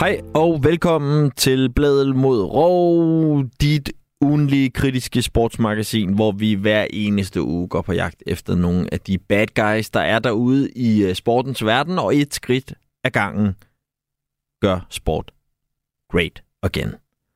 Hej og velkommen til Blædel mod Rov, dit ugenlige kritiske sportsmagasin, hvor vi hver eneste uge går på jagt efter nogle af de bad guys, der er derude i sportens verden, og et skridt ad gangen gør sport great again.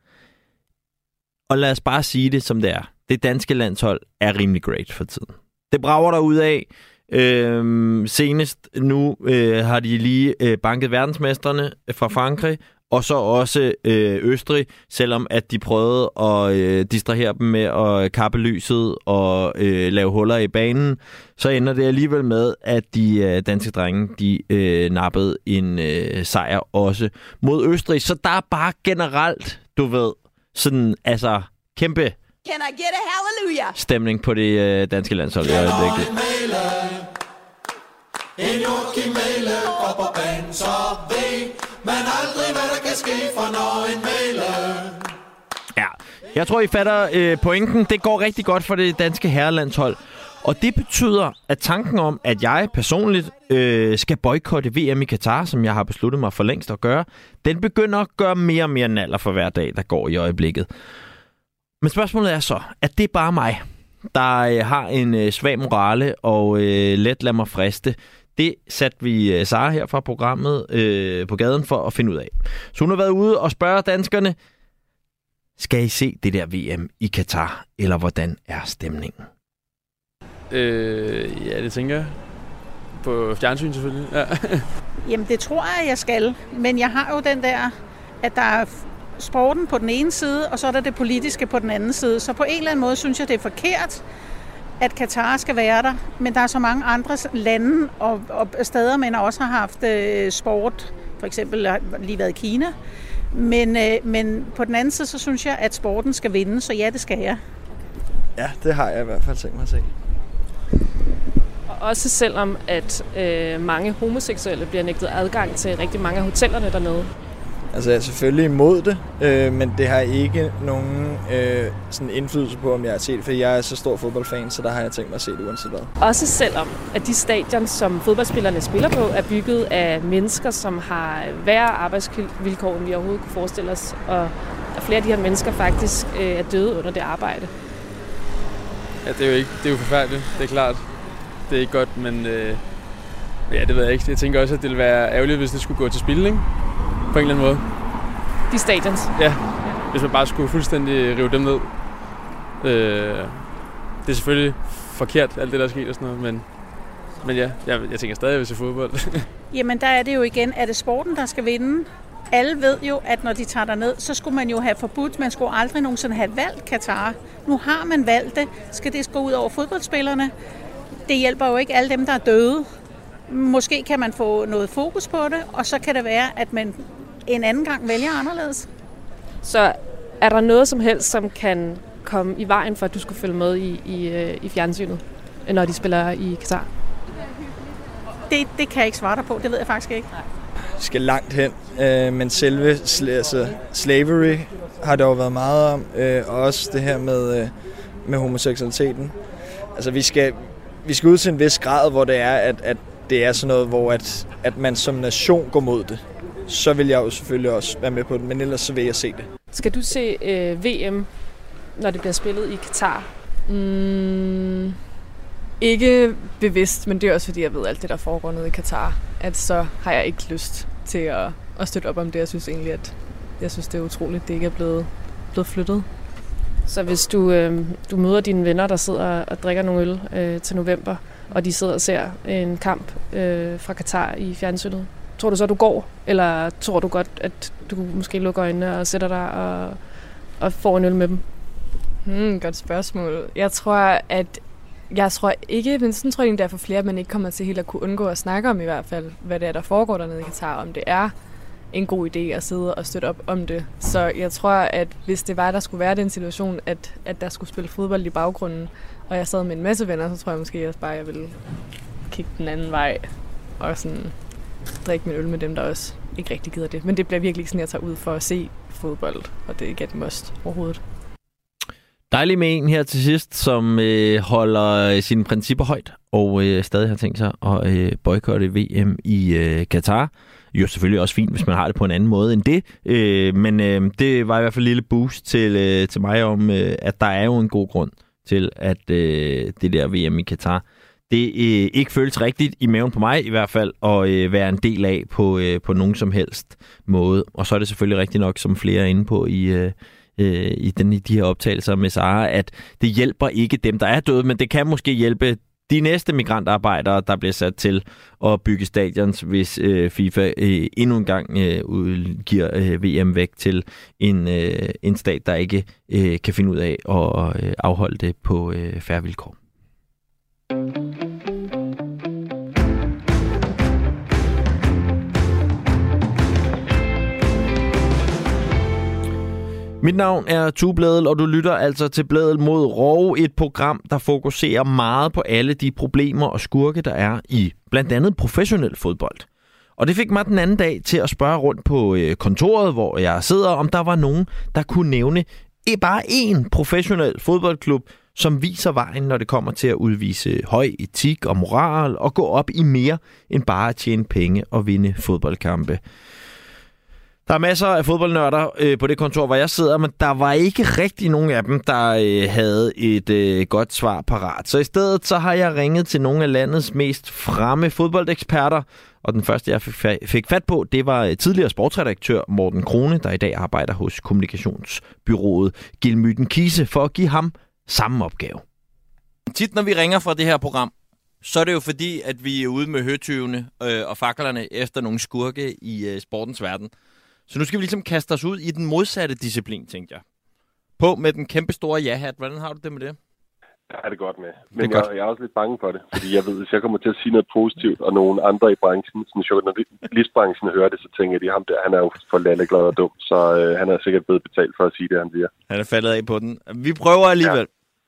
Og lad os bare sige det, som det er. Det danske landshold er rimelig great for tiden. Det brager der ud af. Senest nu har de lige banket verdensmesterne fra Frankrig, og så også Østrig, selvom at de prøvede at distrahere dem med at kappe lyset og lave huller i banen, så ender det alligevel med, at de danske drenge, de nappede en sejr også mod Østrig. Så der er bare generelt, du ved, sådan altså kæmpe Can I get a hallelujah? Stemning på det danske landshold i øjeblikket. En Joachim Mæhle går på banen, så ved man aldrig, hvad der kan ske for når en Mæhle. Ja, jeg tror, I fatter pointen. Det går rigtig godt for det danske herrelandshold. Og det betyder, at tanken om, at jeg personligt skal boykotte VM i Katar, som jeg har besluttet mig for længst at gøre, den begynder at gøre mere og mere naller for hver dag, der går i øjeblikket. Men spørgsmålet er så, at det er bare mig, der har en svag morale og let lader mig friste. Det satte vi Sara her fra programmet på gaden for at finde ud af. Så hun har været ude og spørge danskerne, skal I se det der VM i Katar, eller hvordan er stemningen? Ja, det tænker jeg. På fjernsyn selvfølgelig. Ja. Jamen, det tror jeg skal. Men jeg har jo den der, at der er sporten på den ene side, og så er der det politiske på den anden side. Så på en eller anden måde synes jeg, det er forkert, at Katar skal være der. Men der er så mange andre lande og steder, man også har haft sport. For eksempel har lige været i Kina. Men på den anden side, så synes jeg, at sporten skal vinde. Så ja, det skal jeg. Ja, det har jeg i hvert fald tænkt mig at se. Og også selvom, at mange homoseksuelle bliver nægtet adgang til rigtig mange af hotellerne dernede. Altså, jeg er selvfølgelig imod det, men det har ikke nogen sådan indflydelse på, om jeg har set det, for jeg er så stor fodboldfan, så der har jeg tænkt mig at se det uanset hvad. Også selvom, at de stadion, som fodboldspillerne spiller på, er bygget af mennesker, som har værre arbejdsvilkår, end vi overhovedet kunne forestille os, og flere af de her mennesker faktisk er døde under det arbejde. Ja, det er jo forfærdeligt, det er klart. Det er ikke godt, men ja, det ved jeg ikke. Jeg tænker også, at det ville være ærgerligt, hvis det skulle gå til spil, ikke? På en eller anden måde. De stadions? Ja, hvis man bare skulle fuldstændig rive dem ned. Det er selvfølgelig forkert, alt det, der er sket og sådan noget, men ja, jeg tænker stadig, at jeg vil se fodbold. Jamen, der er det jo igen, er det sporten, der skal vinde? Alle ved jo, at når de tager derned, så skulle man jo have forbudt, man skulle aldrig nogensinde have valgt Katar. Nu har man valgt det. Skal det gå ud over fodboldspillerne? Det hjælper jo ikke alle dem, der er døde. Måske kan man få noget fokus på det, og så kan det være, at man en anden gang vælger anderledes. Så er der noget som helst, som kan komme i vejen for, at du skulle følge med i fjernsynet, når de spiller i Katar? Det kan jeg ikke svare dig på, det ved jeg faktisk ikke. Vi skal langt hen, men selve slavery har der jo været meget om, og også det her med homoseksualiteten. Altså vi skal ud til en vis grad, hvor det er, at det er sådan noget, hvor at man som nation går mod det. Så vil jeg jo selvfølgelig også være med på det, men ellers så vil jeg se det. Skal du se VM, når det bliver spillet i Katar? Ikke bevidst, men det er også fordi, jeg ved alt det, der foregår nede i Katar. At så har jeg ikke lyst til at støtte op om det. Jeg synes egentlig, at det er utroligt, det ikke er blevet flyttet. Så hvis du møder dine venner, der sidder og drikker nogle øl til november, og de sidder og ser en kamp fra Katar i fjernsynet, tror du så, du går? Eller tror du godt, at du måske lukker øjnene og sætter dig og får en øl med dem? Godt spørgsmål. Jeg tror ikke, men sådan tror jeg, det er for flere, at man ikke kommer til helt at kunne undgå at snakke om i hvert fald, hvad det er, der foregår dernede i Katar, om det er en god idé at sidde og støtte op om det. Så jeg tror, at hvis det var, der skulle være den situation, at der skulle spille fodbold i baggrunden, og jeg sad med en masse venner, så tror jeg måske også bare, at jeg ville kigge den anden vej og sådan drikke min øl med dem, der også ikke rigtig gider det. Men det bliver virkelig ikke sådan, at jeg tager ud for at se fodbold, og det er ikke et must overhovedet. Dejligt med en her til sidst, som holder sine principper højt og stadig har tænkt sig at boykotte VM i Katar. Jo, selvfølgelig også fint, hvis man har det på en anden måde end det. Men det var i hvert fald et lille boost til mig om, at der er jo en god grund til, at det der VM i Katar, det ikke føles rigtigt i maven på mig i hvert fald, at være en del af på nogen som helst måde. Og så er det selvfølgelig rigtigt nok, som flere er inde på i de her optagelser med Sara, at det hjælper ikke dem, der er døde, men det kan måske hjælpe de næste migrantarbejdere, der bliver sat til at bygge stadions, hvis FIFA endnu en gang giver VM væk til en stat, der ikke kan finde ud af at afholde det på fair vilkår. Mit navn er Tue Blædel, og du lytter altså til Blædel mod Rov, et program, der fokuserer meget på alle de problemer og skurke, der er i blandt andet professionel fodbold. Og det fik mig den anden dag til at spørge rundt på kontoret, hvor jeg sidder, om der var nogen, der kunne nævne bare én professionel fodboldklub, som viser vejen, når det kommer til at udvise høj etik og moral og gå op i mere end bare at tjene penge og vinde fodboldkampe. Der er masser af fodboldnørder på det kontor, hvor jeg sidder, men der var ikke rigtig nogen af dem, der havde et godt svar parat. Så i stedet så har jeg ringet til nogle af landets mest fremme fodboldeksperter, og den første, jeg fik fat på, det var tidligere sportsredaktør Morten Krone, der i dag arbejder hos kommunikationsbyrået Gilmyten Kise, for at give ham samme opgave. Tit, når vi ringer fra det her program, så er det jo fordi, at vi er ude med høtyvene og faklerne efter nogle skurke i sportens verden. Så nu skal vi ligesom kaste os ud i den modsatte disciplin, tænkte jeg. På med den kæmpe store ja-hat. Hvordan har du det med det? Jeg har det godt med. Men jeg er også lidt bange for det. Fordi jeg ved, hvis jeg kommer til at sige noget positivt, og nogle andre i branchen, sådan journalistbranchen hører det, så tænker de, ham der, han er jo for lalleglad og dum. Så han er sikkert blevet betalt for at sige det, han siger. Han er faldet af på den. Vi prøver alligevel.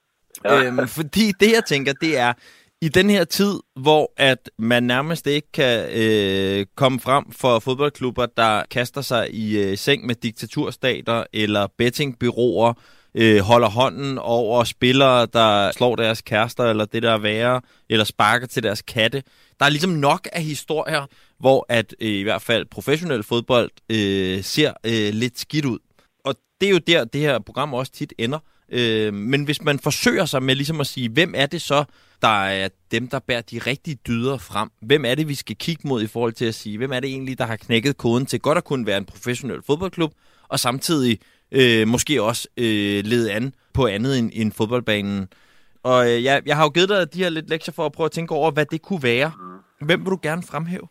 Ja. Fordi det, jeg tænker, det er, i den her tid, hvor at man nærmest ikke kan komme frem for fodboldklubber, der kaster sig i seng med diktaturstater eller bettingbyråer, holder hånden over spillere, der slår deres kærester eller det der er værre, eller sparker til deres katte. Der er ligesom nok af historier, hvor at i hvert fald professionel fodbold ser lidt skidt ud. Og det er jo der, det her program også tit ender. Men hvis man forsøger sig med ligesom at sige, hvem er det så, der er dem, der bærer de rigtige dyder frem? Hvem er det, vi skal kigge mod i forhold til at sige, hvem er det egentlig, der har knækket koden til godt at kunne være en professionel fodboldklub, og samtidig måske også lede an på andet end fodboldbanen? Og jeg har jo givet dig de her lidt lektier for at prøve at tænke over, hvad det kunne være. Hvem vil du gerne fremhæve?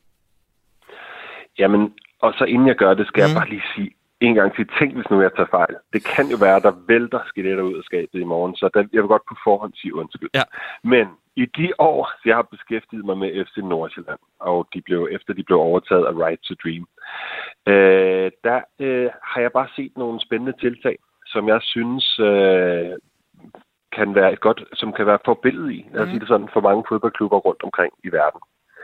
Jamen, og så inden jeg gør det, skal jeg bare lige sige, en gang til, tænk hvis nu jeg tager fejl. Det kan jo være, at der vælter skeletter ud af skabet i morgen, så jeg vil godt på forhånd sige undskyld. Ja. Men i de år, jeg har beskæftiget mig med FC Nordsjælland, og efter de blev overtaget af Right to Dream, der har jeg bare set nogle spændende tiltag, som jeg synes kan være som kan være forbillede i, lad os sige det sådan, for mange fodboldklubber rundt omkring i verden.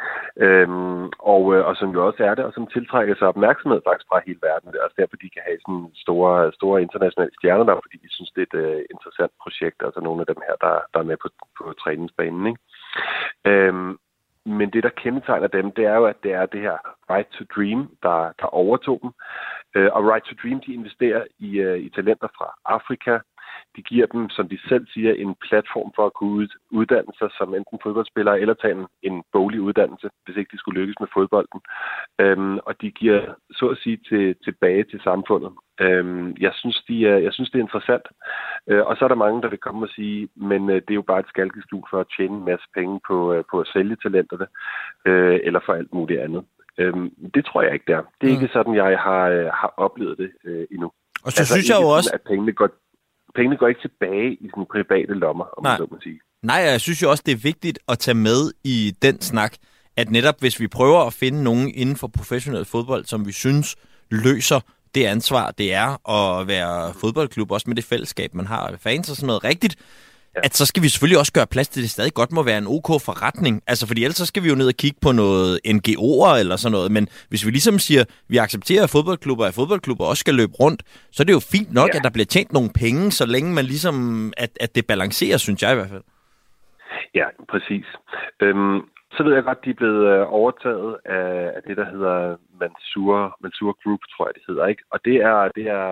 Og som jo også er det, og som tiltrækker sig opmærksomhed faktisk fra hele verden. Det er også derfor, de kan have sådan store internationale stjerner der, fordi de synes, det er et interessant projekt. Altså nogle af dem her, der er med på træningsbanen. Ikke? Men det, der kendetegner dem, det er jo, at det er det her Right to Dream, der overtog dem. Og Right to Dream, de investerer i talenter fra Afrika. De giver dem, som de selv siger, en platform for at kunne uddanne sig som enten fodboldspillere eller tage en boglig uddannelse, hvis ikke de skulle lykkes med fodbolden. Og de giver, så at sige, tilbage til samfundet. Jeg synes, det er interessant. Og så er der mange, der vil komme og sige, men det er jo bare et skalkeskjul for at tjene en masse penge på at sælge talenterne, eller for alt muligt andet. Det tror jeg ikke, det er. Det er ikke sådan, jeg har oplevet det endnu. Og så synes jeg jo også, at pengene går ikke tilbage i sådan private lommer, om man så må sige. Nej, jeg synes jo også, det er vigtigt at tage med i den snak, at netop hvis vi prøver at finde nogen inden for professionel fodbold, som vi synes løser det ansvar, det er at være fodboldklub, også med det fællesskab, man har fans og sådan noget rigtigt, at så skal vi selvfølgelig også gøre plads til, det stadig godt må være en OK forretning. Altså, fordi ellers så skal vi jo ned og kigge på noget NGO'er eller sådan noget. Men hvis vi ligesom siger, at vi accepterer, at fodboldklubber også skal løbe rundt, så er det jo fint nok, at der bliver tjent nogle penge, så længe man ligesom, at det balancerer, synes jeg i hvert fald. Ja, præcis. Så ved jeg godt, de er blevet overtaget af det, der hedder Mansour Group, tror jeg, det hedder, ikke? Og det er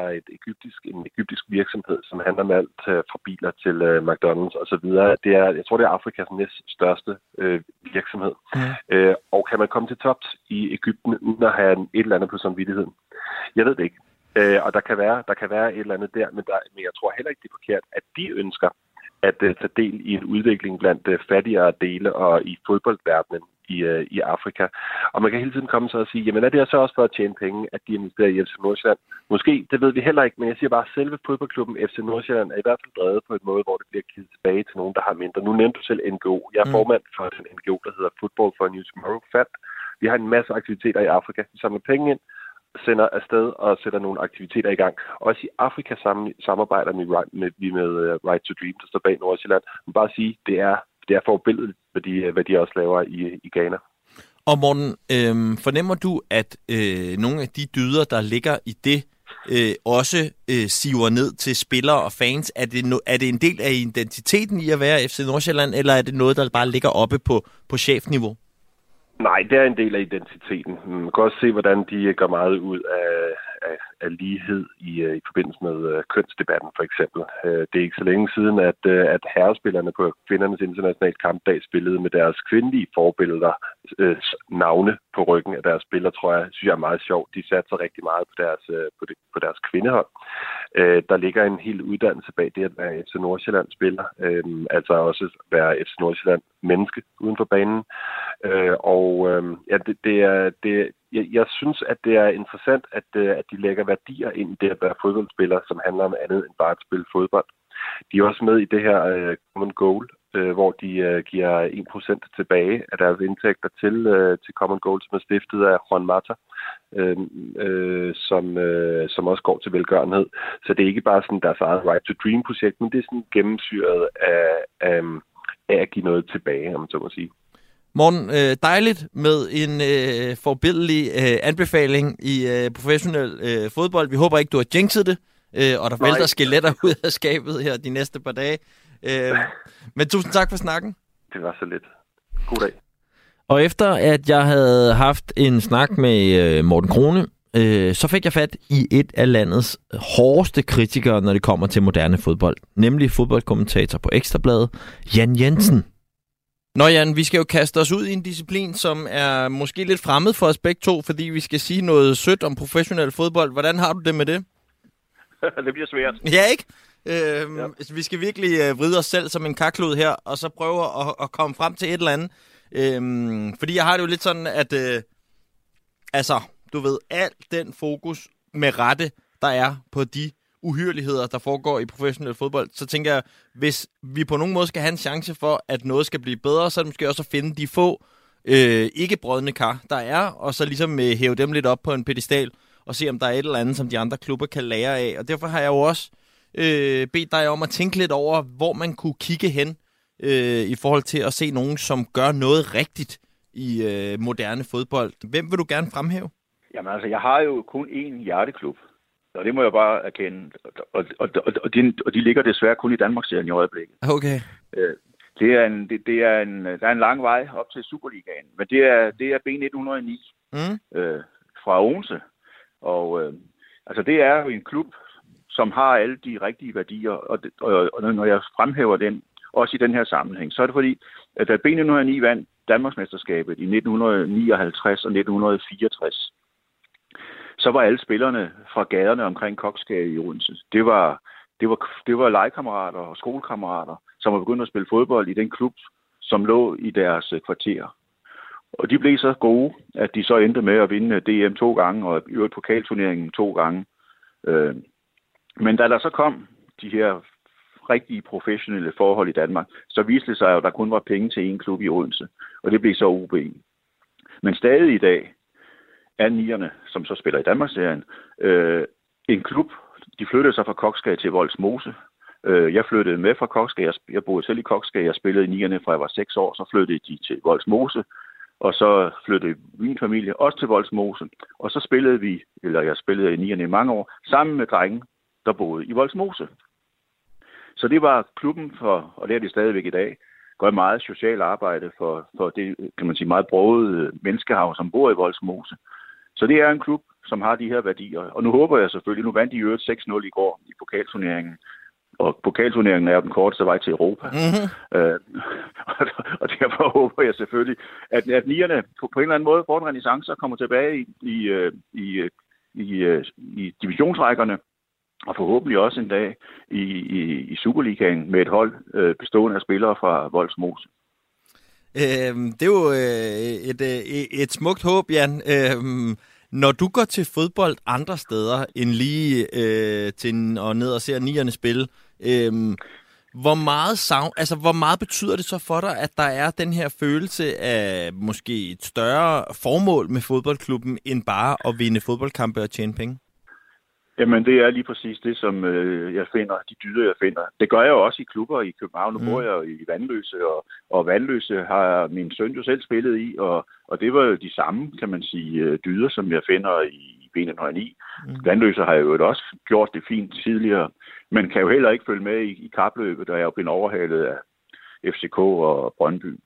en egyptisk virksomhed, som handler med alt fra biler til McDonald's og så videre. Jeg tror, det er Afrikas næst største virksomhed. Og kan man komme til tops i Egypten uden at have et eller andet på samvittigheden? Jeg ved det ikke. Og der kan være et eller andet der, men jeg tror heller ikke, det er forkert, at de ønsker at tage del i en udvikling blandt fattigere dele og i fodboldverdenen i Afrika. Og man kan hele tiden komme så og sige, jamen er det så også for at tjene penge, at de investerer i FC Nordsjælland? Måske, det ved vi heller ikke, men jeg siger bare, at selve fodboldklubben FC Nordsjælland er i hvert fald drevet på en måde, hvor det bliver givet tilbage til nogen, der har mindre. Nu nævnte du selv NGO. Jeg er formand for den NGO, der hedder Football for a New Tomorrow, FAT. Vi har en masse aktiviteter i Afrika. Vi samler penge ind, sender afsted og sætter nogle aktiviteter i gang. Også i Afrika samarbejder vi med Right to Dream, der står bag Nordsjælland. Men bare at sige, det er forbilledet, hvad de også laver i Ghana. Og Morten, fornemmer du, at nogle af de dyder, der ligger i det, også siver ned til spillere og fans? Er det en del af identiteten i at være FC Nordsjælland, eller er det noget, der bare ligger oppe på chefniveau? Nej, det er en del af identiteten. Man kan også se, hvordan de gør meget ud af lighed i forbindelse med kønsdebatten, for eksempel. Det er ikke så længe siden, at herrespillerne på kvindernes internationale kampdag spillede med deres kvindelige forbilleder navne på ryggen af deres spillere, tror jeg, synes jeg er meget sjovt. De satte sig rigtig meget på deres kvindehold. Der ligger en hel uddannelse bag det at være FC Nordsjælland spiller, altså også være FC Nordsjælland menneske uden for banen. Jeg synes, at det er interessant, at de lægger værdier ind i det at være fodboldspiller, som handler om andet end bare at spille fodbold. De er også med i det her Common Goal, hvor de giver 1% tilbage af deres indtægter til Common Goal, som er stiftet af Juan Mata, som også går til velgørenhed. Så det er ikke bare sådan deres eget Right to Dream-projekt, men det er sådan gennemsyret af at give noget tilbage, om man så må sige. Morten, dejligt med en forbilledlig anbefaling i professionel fodbold. Vi håber ikke, du har jinxet det, og der vælter skeletter ud af skabet her de næste par dage. Men tusind tak for snakken. Det var så lidt. God dag. Og efter at jeg havde haft en snak med Morten Krone, så fik jeg fat i et af landets hårdeste kritikere, når det kommer til moderne fodbold. Nemlig fodboldkommentator på Ekstrabladet, Jan Jensen. Nå Jan, vi skal jo kaste os ud i en disciplin, som er måske lidt fremmed for os begge to, fordi vi skal sige noget sødt om professionel fodbold. Hvordan har du det med det? Det bliver svært. Ja, ikke? Vi skal virkelig vride os selv som en karklud her, og så prøve at komme frem til et eller andet. Fordi jeg har det jo lidt sådan, at du ved, alt den fokus med rette, der er på de uhyrligheder, der foregår i professionel fodbold, så tænker jeg, hvis vi på nogen måde skal have en chance for, at noget skal blive bedre, så er det måske også at finde de få ikke-brødne kar, der er, og så ligesom hæve dem lidt op på en pedestal, og se, om der er et eller andet, som de andre klubber kan lære af. Og derfor har jeg jo også bedt dig om at tænke lidt over, hvor man kunne kigge hen i forhold til at se nogen, som gør noget rigtigt i moderne fodbold. Hvem vil du gerne fremhæve? Jamen altså, jeg har jo kun én hjerteklub, og det må jeg bare erkende. Og de ligger desværre kun i Danmarksserien i øjeblikket. Okay. Der er en lang vej op til Superligaen, men det er B1909 fra Odense. Og altså det er jo en klub, som har alle de rigtige værdier, og når jeg fremhæver den, også i den her sammenhæng, så er det fordi, at da B1909 vandt Danmarksmesterskabet i 1959 og 1964, så var alle spillerne fra gaderne omkring Koksgade i Odense. Det var legekammerater og skolekammerater, som var begyndt at spille fodbold i den klub, som lå i deres kvarter. Og de blev så gode, at de så endte med at vinde DM 2 gange, og i øvrigt pokalturneringen 2 gange. Men da der så kom de her rigtige professionelle forhold i Danmark, så viste det sig jo, at der kun var penge til en klub i Odense, og det blev så OB. Men stadig i dag er nierne, som så spiller i Danmarksserien, en klub. De flyttede sig fra Koksgade til Vollsmose, Jeg flyttede med fra Kokskær. Jeg boede selv i Kokskær. Jeg spillede i 9'erne, fra jeg var 6 år. Så flyttede de til Vollsmose. Og så flyttede min familie også til Vollsmose. Og så spillede jeg spillede i 9'erne i mange år, sammen med drengen, der boede i Vollsmose. Så det var klubben for, og det er det stadigvæk i dag, gør meget socialt arbejde for det, kan man sige, meget brogede menneskehav, som bor i Vollsmose. Så det er en klub, som har de her værdier. Og nu håber jeg selvfølgelig, nu vandt de øvrigt 6-0 i går i pokalturneringen. Og pokalturneringen er jo den korteste vej til Europa. Mm-hmm. Og derfor håber jeg selvfølgelig, at nierne på en eller anden måde får en renæssance og kommer tilbage i divisionsrækkerne. Og forhåbentlig også en dag i Superligaen med et hold bestående af spillere fra Vollsmose. Det er jo et smukt håb, Jan. Når du går til fodbold andre steder end lige til og ned og ser nierne spille, hvor meget betyder det så for dig, at der er den her følelse af måske et større formål med fodboldklubben, end bare at vinde fodboldkampe og tjene penge? Jamen, det er lige præcis det, som jeg finder, de dyder, jeg finder. Det gør jeg jo også i klubber i København. Nu bor jeg jo i Vandløse, og Vandløse har min søn jo selv spillet i, og det var jo de samme, kan man sige, dyder, som jeg finder i B909. Vandløse har jo også gjort det fint tidligere, men kan jo heller ikke følge med i kapløbet, der er jo blevet overhalet af FCK og Brøndby.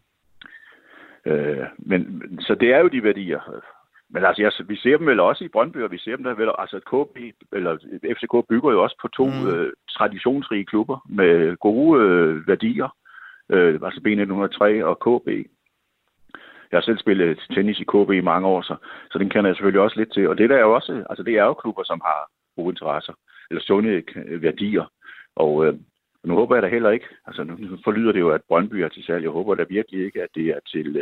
Så det er jo de værdier. Men altså, vi ser dem vel også i Brøndby, og vi ser dem der vel, altså KB, eller FCK bygger jo også på to traditionsrige klubber med gode værdier, altså B903 og KB. Jeg har selv spillet tennis i KB i mange år, så den kender jeg selvfølgelig også lidt til. Og det der er jo også, altså det er jo klubber, som har gode interesser, eller sunde værdier. Og nu håber jeg da heller ikke, altså nu forlyder det jo, at Brøndby er til salg. Jeg håber da virkelig ikke, at det er til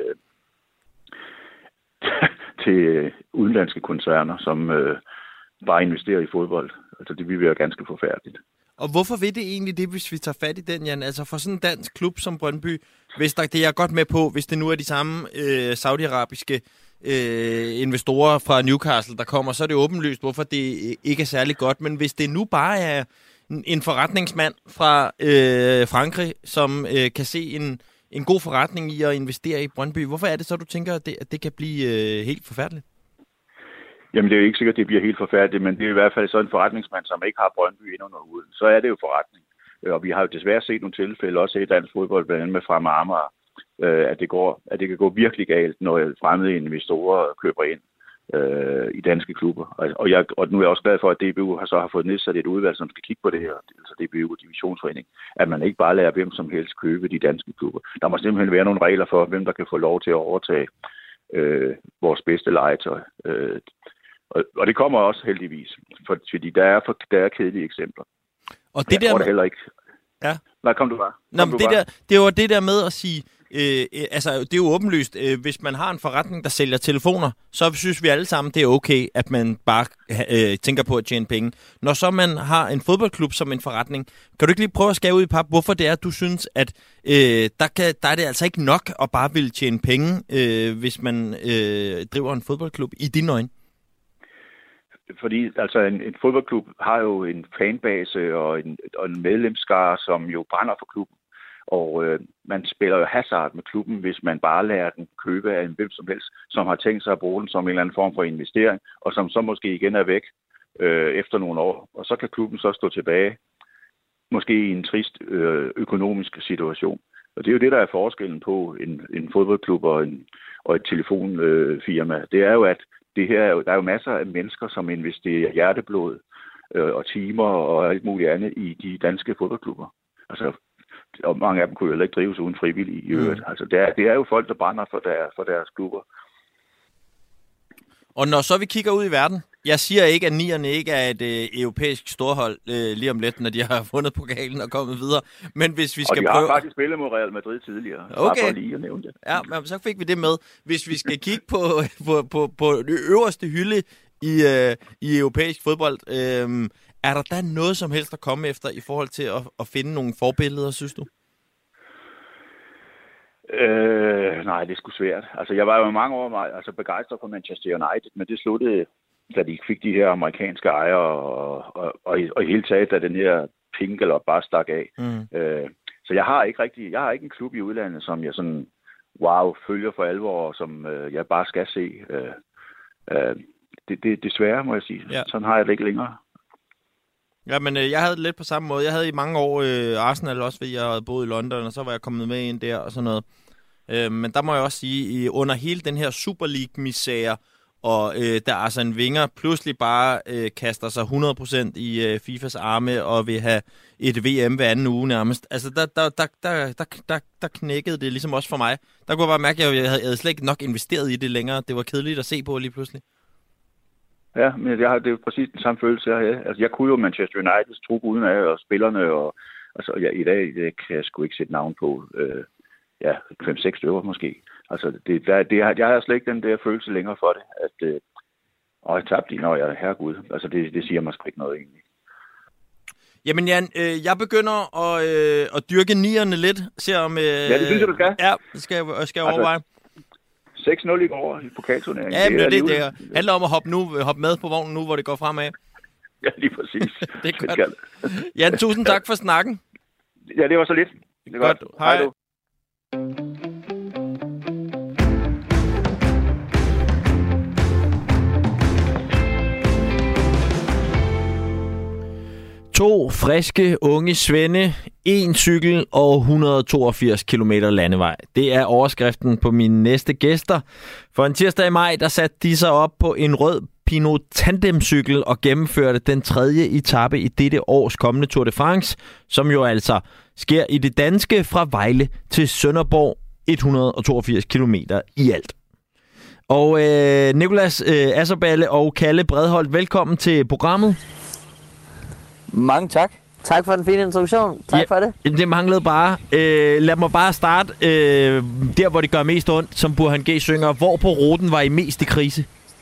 udenlandske koncerner, som bare investerer i fodbold. Altså det vil være ganske forfærdeligt. Og hvorfor vil det egentlig det, hvis vi tager fat i den, Jan? Altså for sådan en dansk klub som Brøndby, hvis det er jeg godt med på, hvis det nu er de samme saudiarabiske investorer fra Newcastle, der kommer, så er det åbenlyst, hvorfor det ikke er særlig godt. Men hvis det nu bare er en forretningsmand fra Frankrig, som kan se en god forretning i at investere i Brøndby, hvorfor er det så, du tænker, at det kan blive helt forfærdeligt? Jamen, det er jo ikke sikkert, at det bliver helt forfærdeligt, men det er i hvert fald så en forretningsmand, som ikke har Brøndby ind under huden. Så er det jo forretning. Og vi har jo desværre set nogle tilfælde, også i dansk fodbold, blandt andet med Fremad Amager, at det kan gå virkelig galt, når fremmede investorer køber ind i danske klubber. Og nu er jeg også glad for, at DBU har fået nedsat et udvalg, som skal kigge på det her, altså DBU Divisionsforening, at man ikke bare lader hvem som helst købe de danske klubber. Der må simpelthen være nogle regler for, hvem der kan få lov til at overtage vores bedste legetøj. Og det kommer også heldigvis, fordi der er kedelige eksempler. Og det der heller ikke. Ja. Nej, kom du bare. Det var det der med at sige, altså det er jo åbenlyst, hvis man har en forretning, der sælger telefoner, så synes vi alle sammen, det er okay, at man bare tænker på at tjene penge. Når så man har en fodboldklub som en forretning, kan du ikke lige prøve at skære ud i pap, hvorfor det er, at du synes, at der er det altså ikke nok at bare ville tjene penge, hvis man driver en fodboldklub i dine øjne? Fordi altså en fodboldklub har jo en fanbase og en medlemsskare, som jo brænder for klubben. Og man spiller jo hazard med klubben, hvis man bare lader den købe af en hvem som helst, som har tænkt sig at bruge den som en eller anden form for investering, og som så måske igen er væk efter nogle år. Og så kan klubben så stå tilbage, måske i en trist økonomisk situation. Og det er jo det, der er forskellen på en fodboldklub og et telefonfirma. Det er jo, at der er jo masser af mennesker, som investerer hjerteblod og timer og alt muligt andet i de danske fodboldklubber. Altså, og mange af dem kunne jo ikke drives uden frivillige i øvrigt. Altså, det er jo folk, der brænder for deres klubber. Og når så vi kigger ud i verden, jeg siger ikke, at nierne ikke er et europæisk storhold lige om lidt, når de har vundet pokalen og kommet videre. Men hvis vi skal prøve... Og de har faktisk spillet mod Real Madrid tidligere. Okay. Bare for lige at nævne det. Ja, men så fik vi det med. Hvis vi skal kigge på det øverste hylde i europæisk fodbold, er der da noget som helst at komme efter i forhold til at finde nogle forbilleder, synes du? Nej, det er sgu svært. Altså, jeg var jo mange år begejstret for Manchester United, men det sluttede, da de fik de her amerikanske ejere, og i hele taget, da den her pink eller bare stak af. Så jeg har ikke en klub i udlandet, som jeg sådan, følger for alvor, og som jeg bare skal se. Det er desværre, må jeg sige. Ja. Sådan har jeg det ikke længere. Ja, men jeg havde det lidt på samme måde. Jeg havde i mange år Arsenal også, fordi jeg havde boet i London, og så var jeg kommet med ind der og sådan noget. Men der må jeg også sige, under hele den her Super League-misære, og der Arsene Wenger pludselig bare kaster sig 100% i FIFAs arme og vil have et VM hver anden uge nærmest. Altså, der knækkede det ligesom også for mig. Der kunne jeg bare mærke, at jeg havde slet ikke nok investeret i det længere. Det var kedeligt at se på lige pludselig. Ja, men det er jo præcis den samme følelse, jeg havde. Altså, jeg kunne jo Manchester Uniteds trup uden af, og spillerne, og altså, i dag kan jeg sgu ikke sætte navn på 5-6 stykker måske. Altså, jeg har slet ikke den der følelse længere for det, at jeg tabte lige, når jeg er herregud. Altså, det siger mig sgu ikke noget egentlig. Jamen Jan, jeg begynder at dyrke nierne lidt. Se om, ja, det synes jeg, du skal. Ja, det skal jeg overveje. 6-0 i går i pokalturneringen. Ja, men det handler om at hoppe med på vognen nu, hvor det går fremad. Ja, lige præcis. Det er godt. Jan, tusind tak for snakken. Ja, det var så lidt. Det er godt. Hej du. To friske unge svende, en cykel og 182 km landevej. Det er overskriften på mine næste gæster. For en tirsdag i maj, der satte de sig op på en rød Pinot tandemcykel og gennemførte den 3. etape i dette års kommende Tour de France, som jo altså sker i det danske fra Vejle til Sønderborg, 182 km i alt. Og Nicolas Asserballe og Kalle Bredholt, velkommen til programmet. Mange tak. Tak for den fine introduktion. Tak for det. Det manglede bare. Lad mig bare starte der, hvor det gør mest ondt, som Burhan G. synger. Hvor på ruten var I mest i krise?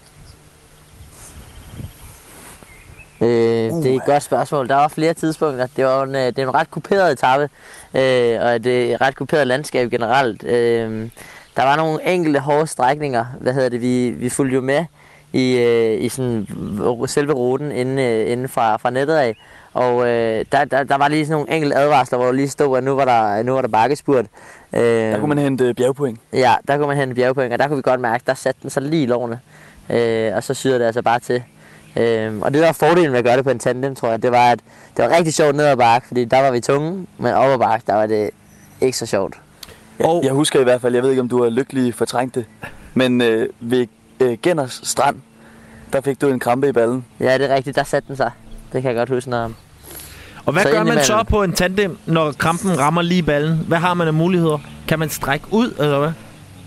Det er et godt spørgsmål. Der var flere tidspunkter. Det var en ret kuperet etape, og et ret kuperet landskab generelt. Der var nogle enkelte hårde strækninger. Vi fulgte jo med i sådan selve ruten inden fra nettet af. Og der var lige sådan nogle enkelte advarsler, hvor der lige stod, at nu var der bakkespurt. Der kunne man hente bjergpoint. Ja, der kunne man hente bjergpoint, og der kunne vi godt mærke, der satte den så lige i lårene. Og så syder det altså bare til. Og det der var fordelen ved at gøre det på en tandem, tror jeg, det var, at det var rigtig sjovt ned ad bakke, fordi der var vi tunge, men op ad bakke, der var det ikke så sjovt. Jeg husker i hvert fald, jeg ved ikke, om du er lykkelig fortrængt det, men ved Genners Strand, der fik du en krampe i ballen. Ja, det er rigtigt, der satte den sig. Det kan jeg godt huske noget om. Og hvad gør man så på en tandem, når krampen rammer lige ballen? Hvad har man af muligheder? Kan man strække ud, eller hvad?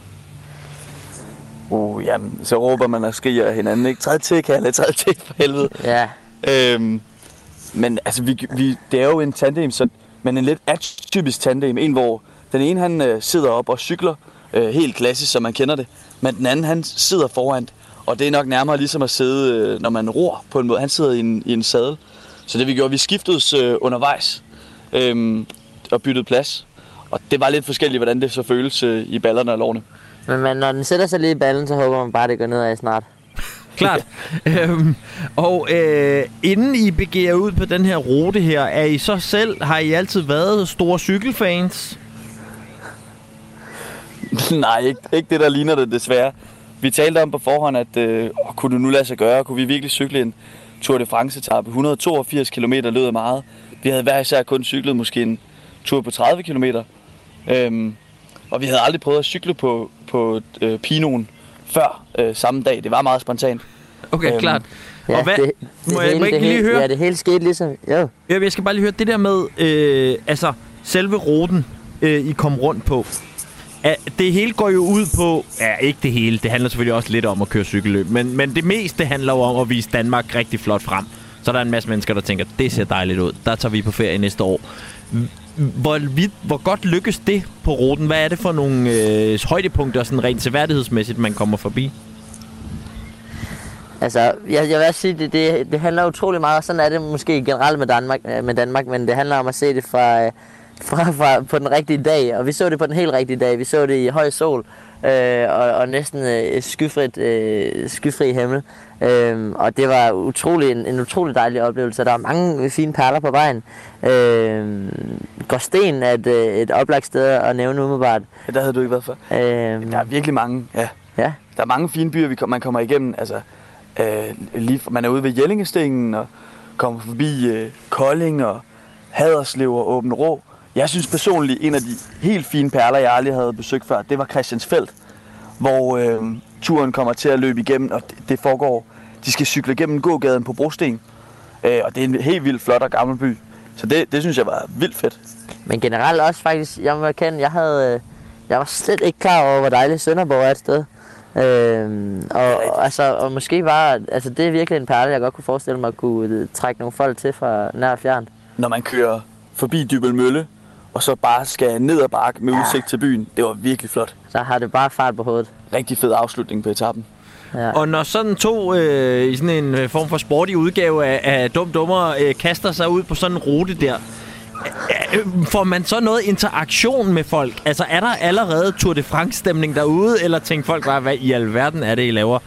Jamen, så råber man og skriger af hinanden, ikke? Træd til, Kalle, træd til, for helvede. Ja. Men altså, det er jo en tandem, men en lidt atypisk tandem. En, hvor den ene, han sidder op og cykler, helt klassisk, som man kender det. Men den anden, han sidder foran. Og det er nok nærmere ligesom at sidde, når man ror på en måde. Han sidder i en sadel. Så det vi gjorde, vi skiftedes undervejs og byttede plads. Og det var lidt forskelligt, hvordan det så føles i ballerne og lårene. Men når den sætter sig lige i ballen, så håber man bare, at det går nedad snart. Klart. Inden I begiver ud på den her rute her, er I så selv, har I altid været store cykelfans? Nej, ikke det, der ligner det desværre. Vi talte om på forhånd, at kunne det nu lade sig gøre? Kunne vi virkelig cykle en Tour de France-etape? 182 km lød meget. Vi havde hver især kun cyklet måske en tur på 30 km. Og vi havde aldrig prøvet at cykle på Pinoen før samme dag. Det var meget spontant. Okay, klart. Ja, og hvad, må jeg ikke lige høre? Ja, det hele skete ligesom. Jo. Jeg skal bare lige høre det der med selve ruten, I kom rundt på. Det hele går jo ud på... Ja, ikke det hele. Det handler selvfølgelig også lidt om at køre cykelløb. Men det meste handler jo om at vise Danmark rigtig flot frem. Så der er en masse mennesker, der tænker, det ser dejligt ud. Der tager vi på ferie næste år. Hvor godt lykkes det på ruten? Hvad er det for nogle højdepunkter, sådan rent seværdighedsmæssigt, man kommer forbi? Altså, jeg vil også sige, det handler utrolig meget, og sådan er det måske generelt med Danmark, men det handler om at se det fra på den rigtige dag, og vi så det på den helt rigtige dag. Vi så det i høj sol og næsten skyfri himmel. Og det var en utrolig dejlig oplevelse. Der var mange fine perler på vejen. Gråsten er et oplagt sted at nævne umiddelbart. Ja, der havde du ikke været før. Der er virkelig mange, ja. Der er mange fine byer, man kommer igennem. Altså, man er ude ved Jellingestenen og kommer forbi Kolding og Haderslev og Aabenraa. Jeg synes personligt, en af de helt fine perler, jeg aldrig havde besøgt før, det var Christiansfeld, hvor turen kommer til at løbe igennem, og det foregår. De skal cykle igennem gågaden på Brosten, og det er en helt vildt flot og gammel by. Så det synes jeg var vildt fedt. Men generelt også faktisk, jeg må erkende, jeg var slet ikke klar over, hvor dejligt Sønderborg er et sted. Og måske bare, altså det er virkelig en perle, jeg godt kunne forestille mig at kunne trække nogle folk til fra nær og fjern. Når man kører forbi Dybbøl Mølle, og så bare skal ned ad bakke med udsigt til byen, det var virkelig flot. Så har det bare fart på hovedet. Rigtig fed afslutning på etappen. Ja. Og når sådan to i sådan en form for sporty udgave af Dummer kaster sig ud på sådan en rute der, får man så noget interaktion med folk? Altså er der allerede Tour de France stemning derude, eller tænker folk bare, hvad i alverden er det, I laver?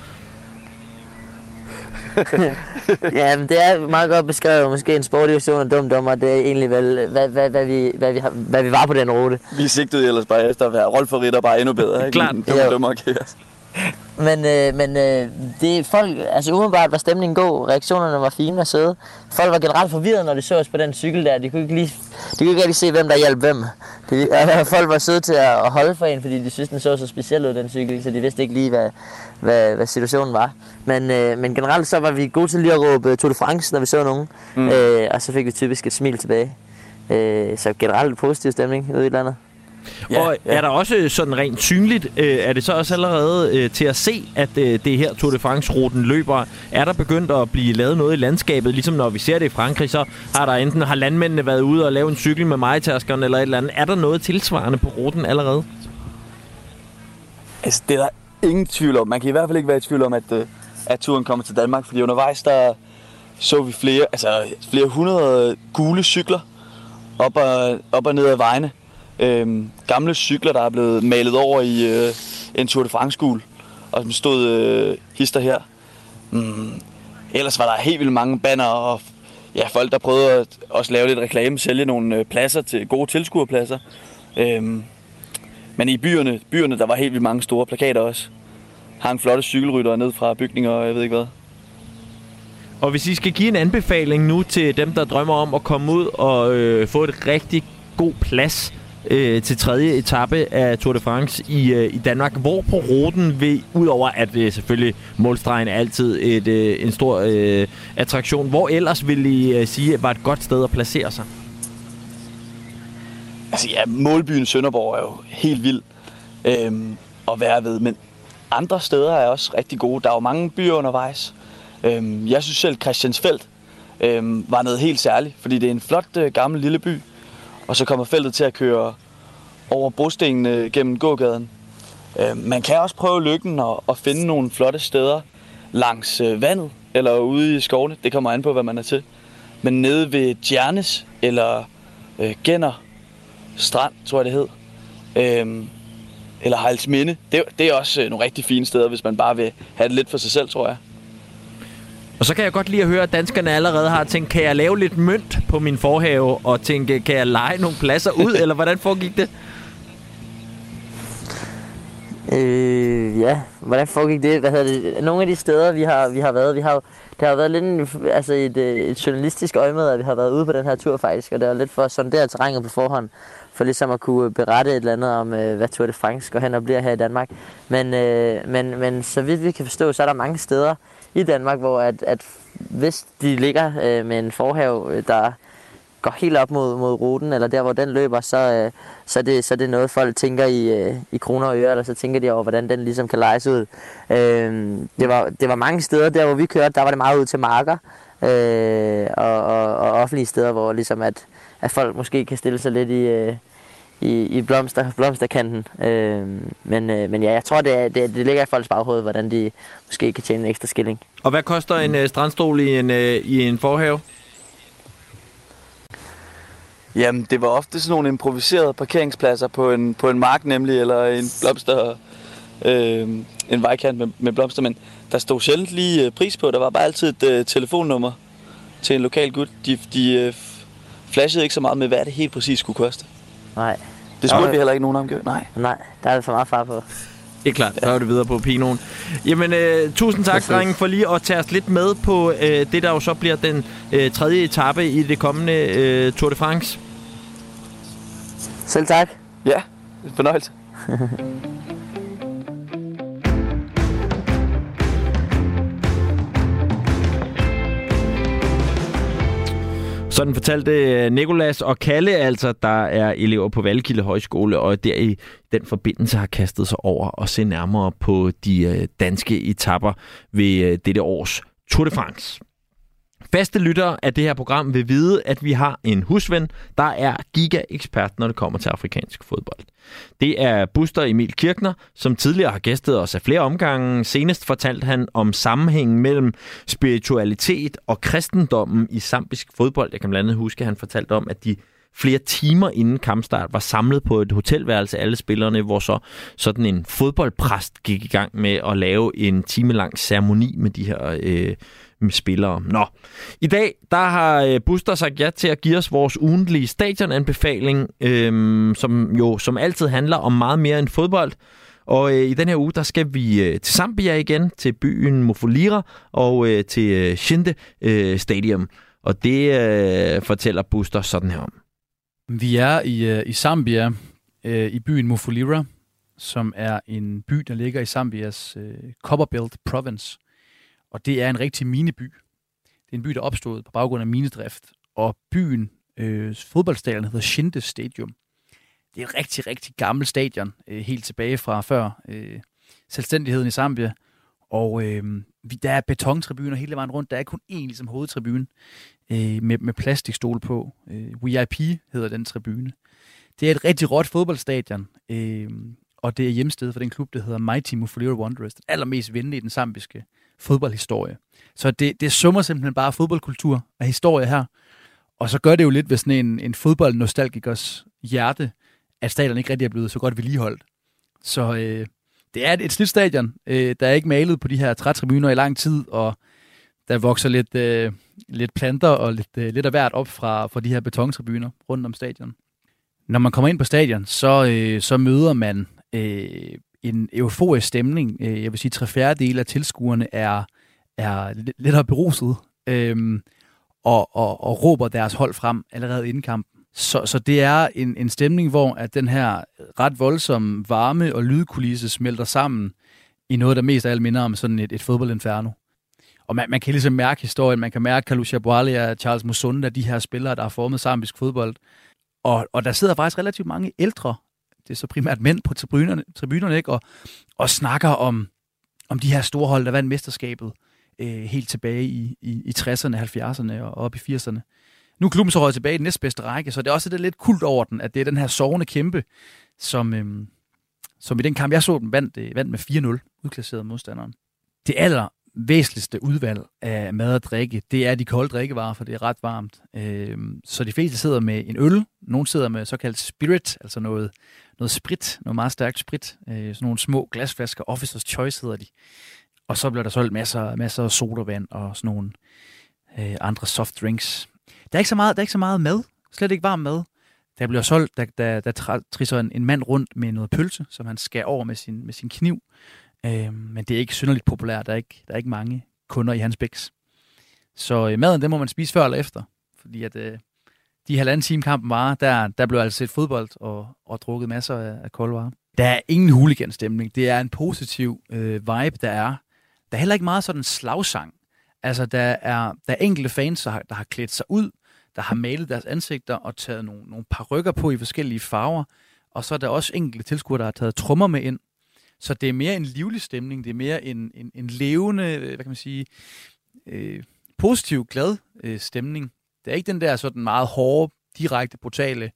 Ja, men det er meget godt beskrevet. Måske en sporty version af Dummer. Det er egentlig vel, hvad vi var på den rute. Vi sigtede ellers bare efter at være Rolf og Ritter bare endnu bedre, ikke? Klart. Dummer kaos. Men det folk, altså umiddelbart var stemningen god, reaktionerne var fine og søde. Folk var generelt forvirret, når de så os på den cykel der. De kunne ikke rigtig se, hvem der hjalp hvem. Folk var søde til at holde for en, fordi de synes, den så speciel ud, den cykel, så de vidste ikke lige, hvad situationen var. Men generelt så var vi gode til lige at råbe Tour de France, når vi så nogen. Og så fik vi typisk et smil tilbage. Så generelt positiv stemning ude i landet. Ja, og er der også sådan rent synligt, er det så også allerede til at se, at det her Tour de France-ruten løber? Er der begyndt at blive lavet noget i landskabet? Ligesom når vi ser det i Frankrig, så har landmændene været ude og lave en cykel med majtærskeren eller et eller andet. Er der noget tilsvarende på ruten allerede? Altså, det er der ingen tvivl om. Man kan i hvert fald ikke være i tvivl om, at turen kommer til Danmark, fordi undervejs der så vi flere hundrede gule cykler op og ned ad vejene. Gamle cykler, der er blevet malet over i en Tour de France-gul, og som stod hister her. Ellers var der helt vildt mange banner og folk, der prøvede at også lave lidt reklame, sælge nogle pladser til gode tilskuerpladser. Men i byerne, der var helt vildt mange store plakater også. Hang flotte cykelryttere ned fra bygninger og jeg ved ikke hvad. Og hvis I skal give en anbefaling nu til dem, der drømmer om at komme ud og få et rigtig god plads til tredje etape af Tour de France i Danmark. Hvor på ruten vil, udover at selvfølgelig målstregen er altid en stor attraktion, hvor ellers vil I sige, var et godt sted at placere sig? Altså ja, målbyen Sønderborg er jo helt vild at være ved, men andre steder er også rigtig gode. Der er jo mange byer undervejs. Jeg synes selv, Christiansfeld var noget helt særligt, fordi det er en flot gammel lille by. Og så kommer feltet til at køre over brostenene gennem gågaden. Man kan også prøve lykken og finde nogle flotte steder langs vandet eller ude i skovene. Det kommer an på, hvad man er til. Men nede ved Tjernes eller Genner Strand, tror jeg det hed, eller Hejlsminde, det er også nogle rigtig fine steder, hvis man bare vil have det lidt for sig selv, tror jeg. Og så kan jeg godt lide at høre, at danskerne allerede har tænkt, kan jeg lave lidt mønt på min forhave, og tænke, kan jeg leje nogle pladser ud, eller hvordan foregik det? Ja, hvordan foregik det? Nogle af de steder, vi har været, det har været lidt et journalistisk øjemed, at vi har været ude på den her tur faktisk, og det var lidt for at sondere terrænet på forhånd, for ligesom at kunne berette et eller andet om, hvad Tour de France går hen og bliver her i Danmark. Men så vidt vi kan forstå, så er der mange steder i Danmark, hvor at hvis de ligger med en forhave, der går helt op mod ruten, eller der, hvor den løber, så er det noget, folk tænker i kroner og øre, eller så tænker de over, hvordan den ligesom kan lejes ud. Det var mange steder, der hvor vi kørte, der var det meget ud til marker, og offentlige steder, hvor ligesom at folk måske kan stille sig lidt i blomsterkanten. Men ja, jeg tror, det ligger i folks baghoved, hvordan de måske kan tjene en ekstra skilling. Og hvad koster en strandstol i en forhave? Jamen, det var ofte sådan nogle improviserede parkeringspladser på en mark nemlig, eller en blomster, en vejkant med blomster, men der stod sjældent lige pris på. Der var bare altid et telefonnummer til en lokal gut. De flashede ikke så meget med, hvad det helt præcis skulle koste. Nej. Det spurgte vi heller ikke nogen om. Nej, der er det for meget far på. Det er klart, så er det videre på Pinoen. Jamen, tusind tak, drenge, for lige at tage os lidt med på det, der jo så bliver den tredje etape i det kommende Tour de France. Selv tak. Ja, en fornøjelse. Sådan fortalte Nicolas og Kalle, altså, der er elever på Vallekilde Højskole, og der i den forbindelse har kastet sig over og se nærmere på de danske etapper ved dette års Tour de France. Faste lyttere af det her program vil vide, at vi har en husven, der er giga-ekspert, når det kommer til afrikansk fodbold. Det er Buster Emil Kirchner, som tidligere har gæstet os af flere omgange. Senest fortalte han om sammenhængen mellem spiritualitet og kristendommen i zambisk fodbold. Jeg kan blandt andet huske, at han fortalte om, at de flere timer inden kampstart var samlet på et hotelværelse alle spillerne, hvor så sådan en fodboldpræst gik i gang med at lave en timelang ceremoni med de her spillere. Nå, i dag der har Buster sagt ja til at give os vores ugentlige stadionanbefaling, som jo som altid handler om meget mere end fodbold. Og i den her uge, der skal vi til Zambia igen, til byen Mufulira og til Shinde Stadium. Og det fortæller Buster sådan her om. Vi er i Zambia, i byen Mufulira, som er en by, der ligger i Zambias Copperbelt Province. Og det er en rigtig mineby. Det er en by, der opstod på baggrund af minedrift. Og byen, fodboldstadion, hedder Shinde Stadium. Det er et rigtig, rigtig gammelt stadion, helt tilbage fra før selvstændigheden i Zambia. Og der er betontribuner hele vejen rundt. Der er kun én ligesom hovedtribune med plastikstol på. VIP hedder den tribune. Det er et rigtig råt fodboldstadion, og det er hjemsted for den klub, der hedder Mighty Mufulira Wanderers. Den allermest vindende i den zambiske fodboldhistorie. Så det summer simpelthen bare fodboldkultur og historie her. Og så gør det jo lidt ved sådan en fodboldnostalgikers hjerte, at stadion ikke rigtig er blevet så godt vedligeholdt. Så det er et slidt stadion. Der er ikke malet på de her trætribuner i lang tid, og der vokser lidt planter og lidt af hvert op fra de her betontribuner rundt om stadion. Når man kommer ind på stadion, så møder man en euforisk stemning. Jeg vil sige, 3/4 af tilskuerne er lidt beruset og råber deres hold frem allerede inden kampen. Så det er en stemning, hvor at den her ret voldsomme varme og lydkulisse smelter sammen i noget, der mest af alt minder om sådan et fodboldinferno. Og man kan ligesom mærke historien. Man kan mærke Kalusha Bwalya og Charles Musonda, de her spillere, der har formet zambisk fodbold. Og der sidder faktisk relativt mange ældre, det er så primært mænd på tribunerne, ikke? Og snakker om de her store hold, der vandt mesterskabet helt tilbage i 60'erne, 70'erne og op i 80'erne. Nu er klubben så røget tilbage i den næstbedste række, så det er også lidt kult over den, at det er den her sovende kæmpe, som i den kamp, jeg så den, vandt med 4-0, udklasseret modstanderen. Det allervæsentligste udvalg af mad og drikke, det er de kolde drikkevarer, for det er ret varmt. Så de fleste sidder med en øl, nogle sidder med såkaldt spirit, altså noget sprit, noget meget stærkt sprit, sådan nogle små glasflasker, Officer's Choice hedder de. Og så bliver der solgt masser af sodavand og sådan nogle andre soft drinks. Der er ikke så meget mad, slet ikke varm mad. Der bliver solgt, der trisser en mand rundt med noget pølse, som han skærer over med sin kniv. Men det er ikke synderligt populært. Der er ikke mange kunder i hans bæks. Så maden, den må man spise før eller efter. Fordi at de 1,5 time kampen varer, der blev altså set fodbold og drukket masser af koldvarer. Der er ingen hooliganstemning. Det er en positiv vibe, der er. Der er heller ikke meget sådan slagsang. Altså, der er enkelte fans, der har klædt sig ud, der har malet deres ansigter og taget nogle parykker på i forskellige farver. Og så er der også enkelte tilskuere, der har taget trommer med ind. Så det er mere en livlig stemning. Det er mere en levende, hvad kan man sige, positiv, glad stemning. Det er ikke den der sådan meget hårde, direkte, brutale,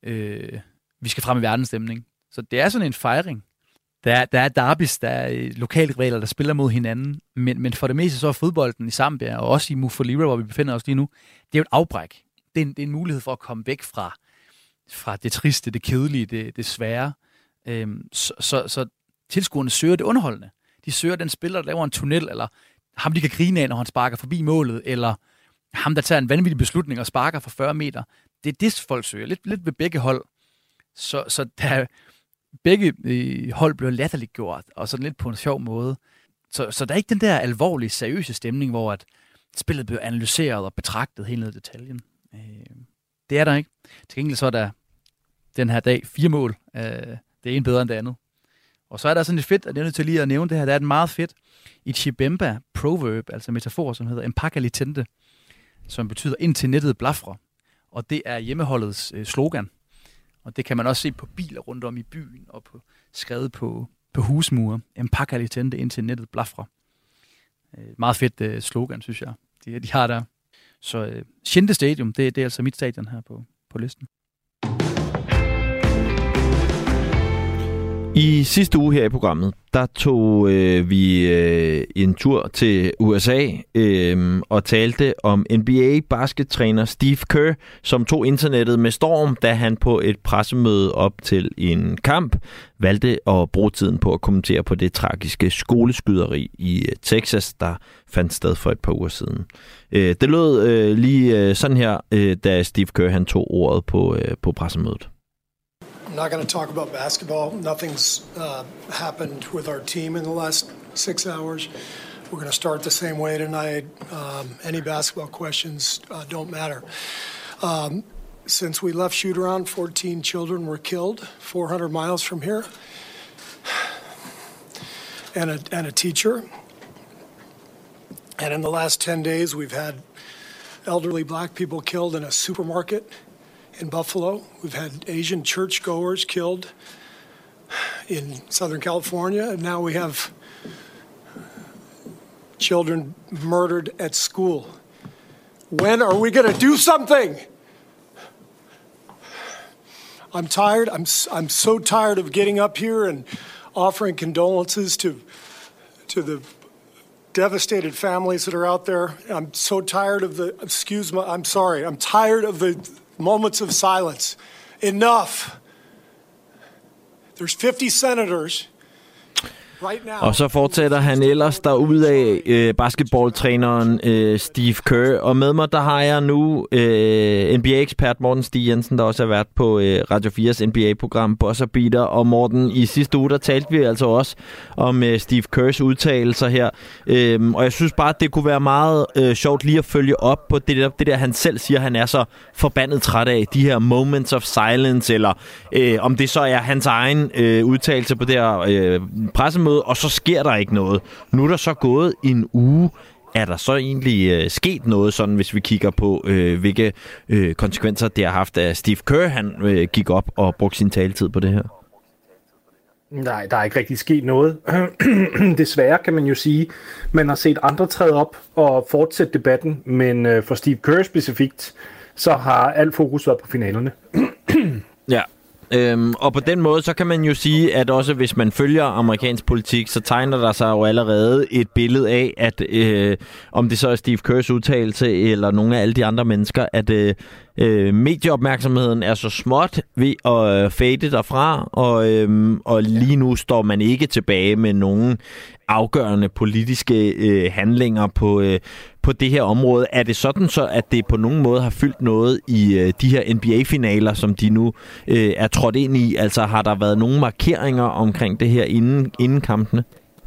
vi skal frem i verdensstemning. Så det er sådan en fejring. Der er derbys, der er lokale rivaler, der spiller mod hinanden, men for det meste så er fodbolden i Zambia, og også i Mufulira, hvor vi befinder os lige nu, det er jo et afbræk. Det det er en mulighed for at komme væk fra det triste, det kedelige, det svære. Så tilskuerne søger det underholdende. De søger den spiller, der laver en tunnel, eller ham, de kan grine af, når han sparker forbi målet, eller ham, der tager en vanvittig beslutning og sparker for 40 meter. Det er det, folk søger. Lidt ved begge hold. Så der begge hold bliver latterligt gjort, og sådan lidt på en sjov måde. Så der er ikke den der alvorlige, seriøse stemning, hvor at spillet bliver analyseret og betragtet helt ned i detaljen. Det er der ikke. Til gengæld så er der den her dag 4 mål. Det er en bedre end det andet. Og så er der sådan lidt fedt, at jeg er nødt til lige at nævne det her. Der er et meget fedt Ichibemba proverb, altså metafor, som hedder empaka litente, som betyder indtil nettet blafrer. Og det er hjemmeholdets slogan. Og det kan man også se på biler rundt om i byen og skrevet på husmure. Empaka litente indtil nettet blafrer. Meget fedt slogan, synes jeg, de har der. Så Schinde Stadium, det er altså mit stadion her på listen. I sidste uge her i programmet, der tog vi en tur til USA og talte om NBA-baskettræner Steve Kerr, som tog internettet med storm, da han på et pressemøde op til en kamp valgte at bruge tiden på at kommentere på det tragiske skoleskyderi i Texas, der fandt sted for et par uger siden. Det lød lige sådan her, da Steve Kerr han tog ordet på pressemødet. I'm not going to talk about basketball. Nothing's happened with our team in the last 6 hours. We're going to start the same way tonight. Any basketball questions don't matter. Since we left shoot-around, 14 children were killed 400 miles from here. And a teacher. And in the last 10 days, we've had elderly black people killed in a supermarket in Buffalo. We've had Asian churchgoers killed in Southern California, and now we have children murdered at school. When are we going to do something? I'm tired. I'm so tired of getting up here and offering condolences to the devastated families that are out there. I'm so tired of I'm tired of the moments of silence. Enough. There's 50 senators right now. Og så fortsætter han ellers derudad, basketballtræneren Steve Kerr. Og med mig, der har jeg nu NBA-ekspert Morten Stig Jensen, der også har været på Radio 4's NBA-program Buzzer Beater. Og Morten, i sidste uge, der talte vi altså også om Steve Kerrs udtalelser her. Og jeg synes bare, at det kunne være meget sjovt lige at følge op på det der, han selv siger, han er så forbandet træt af. De her moments of silence, eller om det så er hans egen udtalelse på det her pressemøde, og så sker der ikke noget. Nu er der så gået en uge. Er der så egentlig sket noget, sådan hvis vi kigger på, hvilke konsekvenser det har haft, at Steve Kerr han gik op og brugte sin taletid på det her? Nej, der er ikke rigtig sket noget. Desværre kan man jo sige. Man har set andre træde op og fortsætte debatten, men for Steve Kerr specifikt, så har alt fokus været på finalerne. Ja. Og på den måde, så kan man jo sige, at også hvis man følger amerikansk politik, så tegner der sig jo allerede et billede af, at om det så er Steve Kerrs udtalelse, eller nogle af alle de andre mennesker, at medieopmærksomheden er så småt ved at fade derfra, og lige nu står man ikke tilbage med nogen afgørende politiske handlinger på det her område. Er det sådan så, at det på nogen måde har fyldt noget i de her NBA-finaler, som de nu er trådt ind i? Altså har der været nogle markeringer omkring det her inden kampene?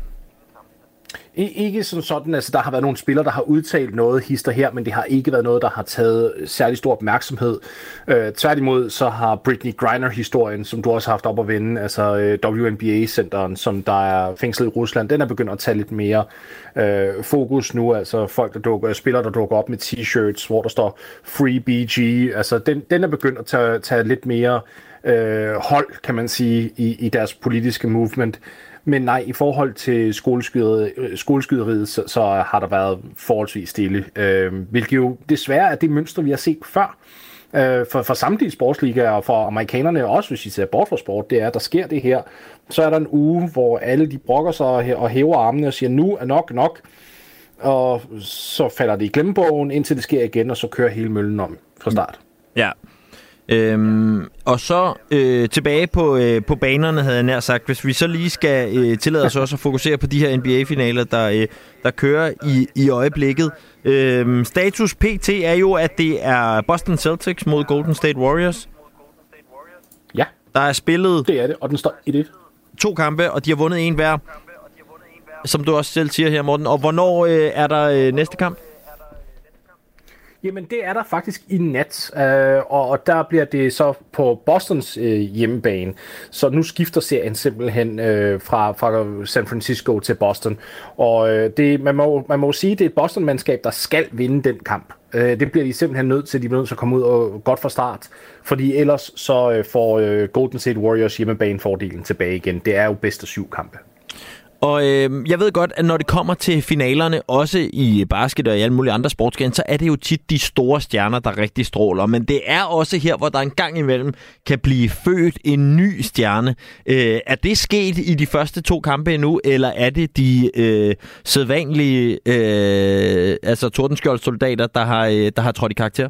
Ikke som sådan, altså der har været nogle spillere, der har udtalt noget hister her, men det har ikke været noget, der har taget særlig stor opmærksomhed. Tværtimod så har Brittney Griner-historien, som du også har haft op at vende, altså WNBA-centeren, som der er fængslet i Rusland, den er begyndt at tage lidt mere fokus nu, altså spillere, der dukker op med t-shirts, hvor der står Free BG, altså den er begyndt at tage lidt mere hold, kan man sige, i deres politiske movement. Men nej, i forhold til skoleskyderiet, så har der været forholdsvis stille. Hvilket jo desværre er det mønster, vi har set før. For samtlige sportsligaer og for amerikanerne også, hvis I ser bort fra sport, det er, at der sker det her. Så er der en uge, hvor alle de brokker sig og hæver armene og siger, nu er nok. og så falder det i glemmebogen, indtil det sker igen, og så kører hele møllen om fra start. Ja. Og så tilbage på banerne, havde jeg nær sagt. Hvis vi så lige skal tillade os også at fokusere på de her NBA-finaler, der kører i øjeblikket. Status PT er jo, at det er Boston Celtics mod Golden State Warriors. Ja. Der er spillet... Det er det, og den står 1-1. 2 kampe, og de har vundet en hver. Som du også selv siger her, Morten. Og hvornår er der næste kamp? Jamen, det er der faktisk i nat, og der bliver det så på Bostons hjemmebane. Så nu skifter serien simpelthen fra San Francisco til Boston. Og man må sige, det er et Boston-mandskab, der skal vinde den kamp. Det bliver de simpelthen nødt til. De bliver nødt til at komme ud og godt fra start. Fordi ellers så får Golden State Warriors hjemmebane-fordelen tilbage igen. Det er jo bedst af 7 kampe. Og jeg ved godt, at når det kommer til finalerne, også i basket og i alle mulige andre sportsgrene, så er det jo tit de store stjerner, der rigtig stråler. Men det er også her, hvor der en gang imellem kan blive født en ny stjerne. Er det sket i de første 2 kampe endnu, eller er det de sædvanlige Tordenskjold-soldater, der har trådt i karakter?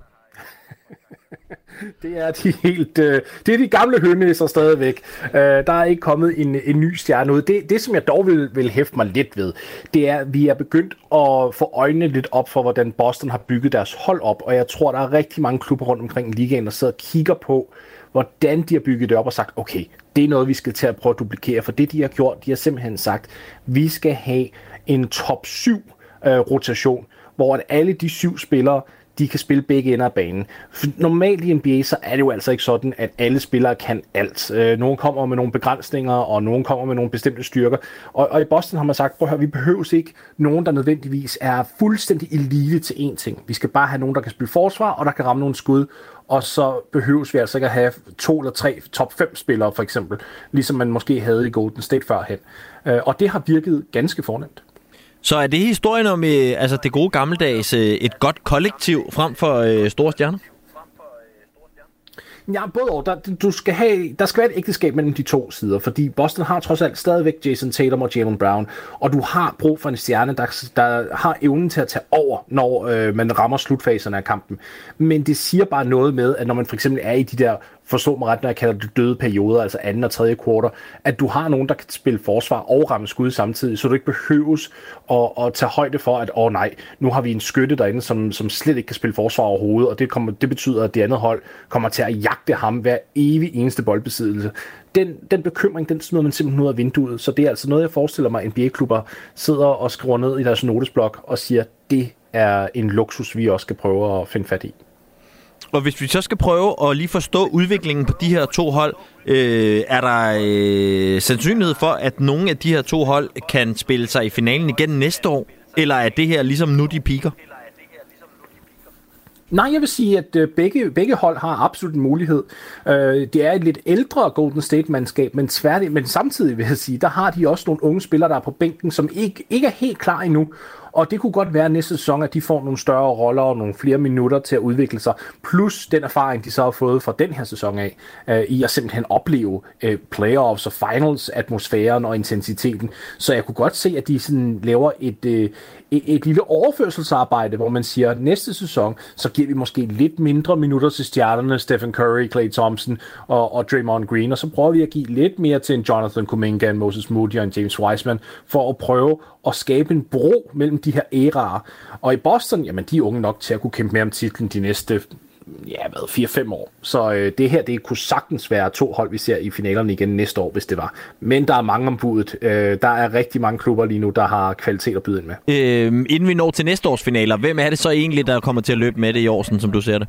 Det er de gamle hønæsser stadigvæk. Der er ikke kommet en ny stjerne ud. Det som jeg dog vil hæfte mig lidt ved, det er, at vi er begyndt at få øjnene lidt op for, hvordan Boston har bygget deres hold op. Og jeg tror, der er rigtig mange klubber rundt omkring i ligaen, der sidder og kigger på, hvordan de har bygget det op og sagt, okay, det er noget, vi skal til at prøve at duplikere. For det, de har gjort, de har simpelthen sagt, vi skal have en top 7 rotation, hvor at alle de 7 spillere, de kan spille begge ender af banen. For normalt i NBA, så er det jo altså ikke sådan, at alle spillere kan alt. Nogle kommer med nogle begrænsninger, og nogle kommer med nogle bestemte styrker. Og i Boston har man sagt, prøv at høre, vi behøver ikke nogen, der nødvendigvis er fuldstændig elite til én ting. Vi skal bare have nogen, der kan spille forsvar, og der kan ramme nogle skud. Og så behøves vi altså ikke at have 2 eller 3 top 5 spillere, for eksempel. Ligesom man måske havde i Golden State førhen. Og det har virket ganske fornemt. Så er det historien om det gode gammeldags et godt kollektiv frem for store stjerner? Ja, både og. Der skal være et ægteskab mellem de 2 sider, fordi Boston har trods alt stadigvæk Jason Tatum og Jaylen Brown, og du har brug for en stjerne, der har evnen til at tage over, når man rammer slutfaserne af kampen. Men det siger bare noget med, at når man for eksempel er i de der, forstå mig ret, når jeg kalder det døde perioder, altså 2. og 3. kvartal, at du har nogen, der kan spille forsvar og ramme skud samtidig, så du ikke behøves at tage højde for, at nej, nu har vi en skytte derinde, som slet ikke kan spille forsvar overhovedet, og det betyder, at det andet hold kommer til at jagte ham hver evig eneste boldbesiddelse. Den bekymring, den smider man simpelthen ud af vinduet, så det er altså noget, jeg forestiller mig, NBA-klubber sidder og skriver ned i deres notesblok og siger, det er en luksus, vi også skal prøve at finde fat i. Og hvis vi så skal prøve at lige forstå udviklingen på de her 2 hold, er der sandsynlighed for, at nogle af de her 2 hold kan spille sig i finalen igen næste år? Eller er det her ligesom nu, de piker? Nej, jeg vil sige, at begge hold har absolut en mulighed. Det er et lidt ældre Golden State-mandskab, men samtidig vil jeg sige, der har de også nogle unge spillere, der er på bænken, som ikke er helt klar endnu. Og det kunne godt være næste sæson, at de får nogle større roller og nogle flere minutter til at udvikle sig. Plus den erfaring, de så har fået fra den her sæson af, i at simpelthen opleve playoffs og finals, atmosfæren og intensiteten. Så jeg kunne godt se, at de sådan laver et lille overførselsarbejde, hvor man siger, at næste sæson, så giver vi måske lidt mindre minutter til stjernerne, Stephen Curry, Klay Thompson og Draymond Green, og så prøver vi at give lidt mere til en Jonathan Kuminga, en Moses Moody og en James Wiseman, for at prøve at skabe en bro mellem de her æraer. Og i Boston, jamen de er unge nok til at kunne kæmpe med om titlen de næste 4-5 år. Så det her, det kunne sagtens være 2 hold, vi ser i finalerne igen næste år, hvis det var. Men der er mange om budet. Der er rigtig mange klubber lige nu, der har kvalitet at byde ind med. Inden vi når til næste års finaler, hvem er det så egentlig, der kommer til at løbe med det i år, sådan, som du ser det?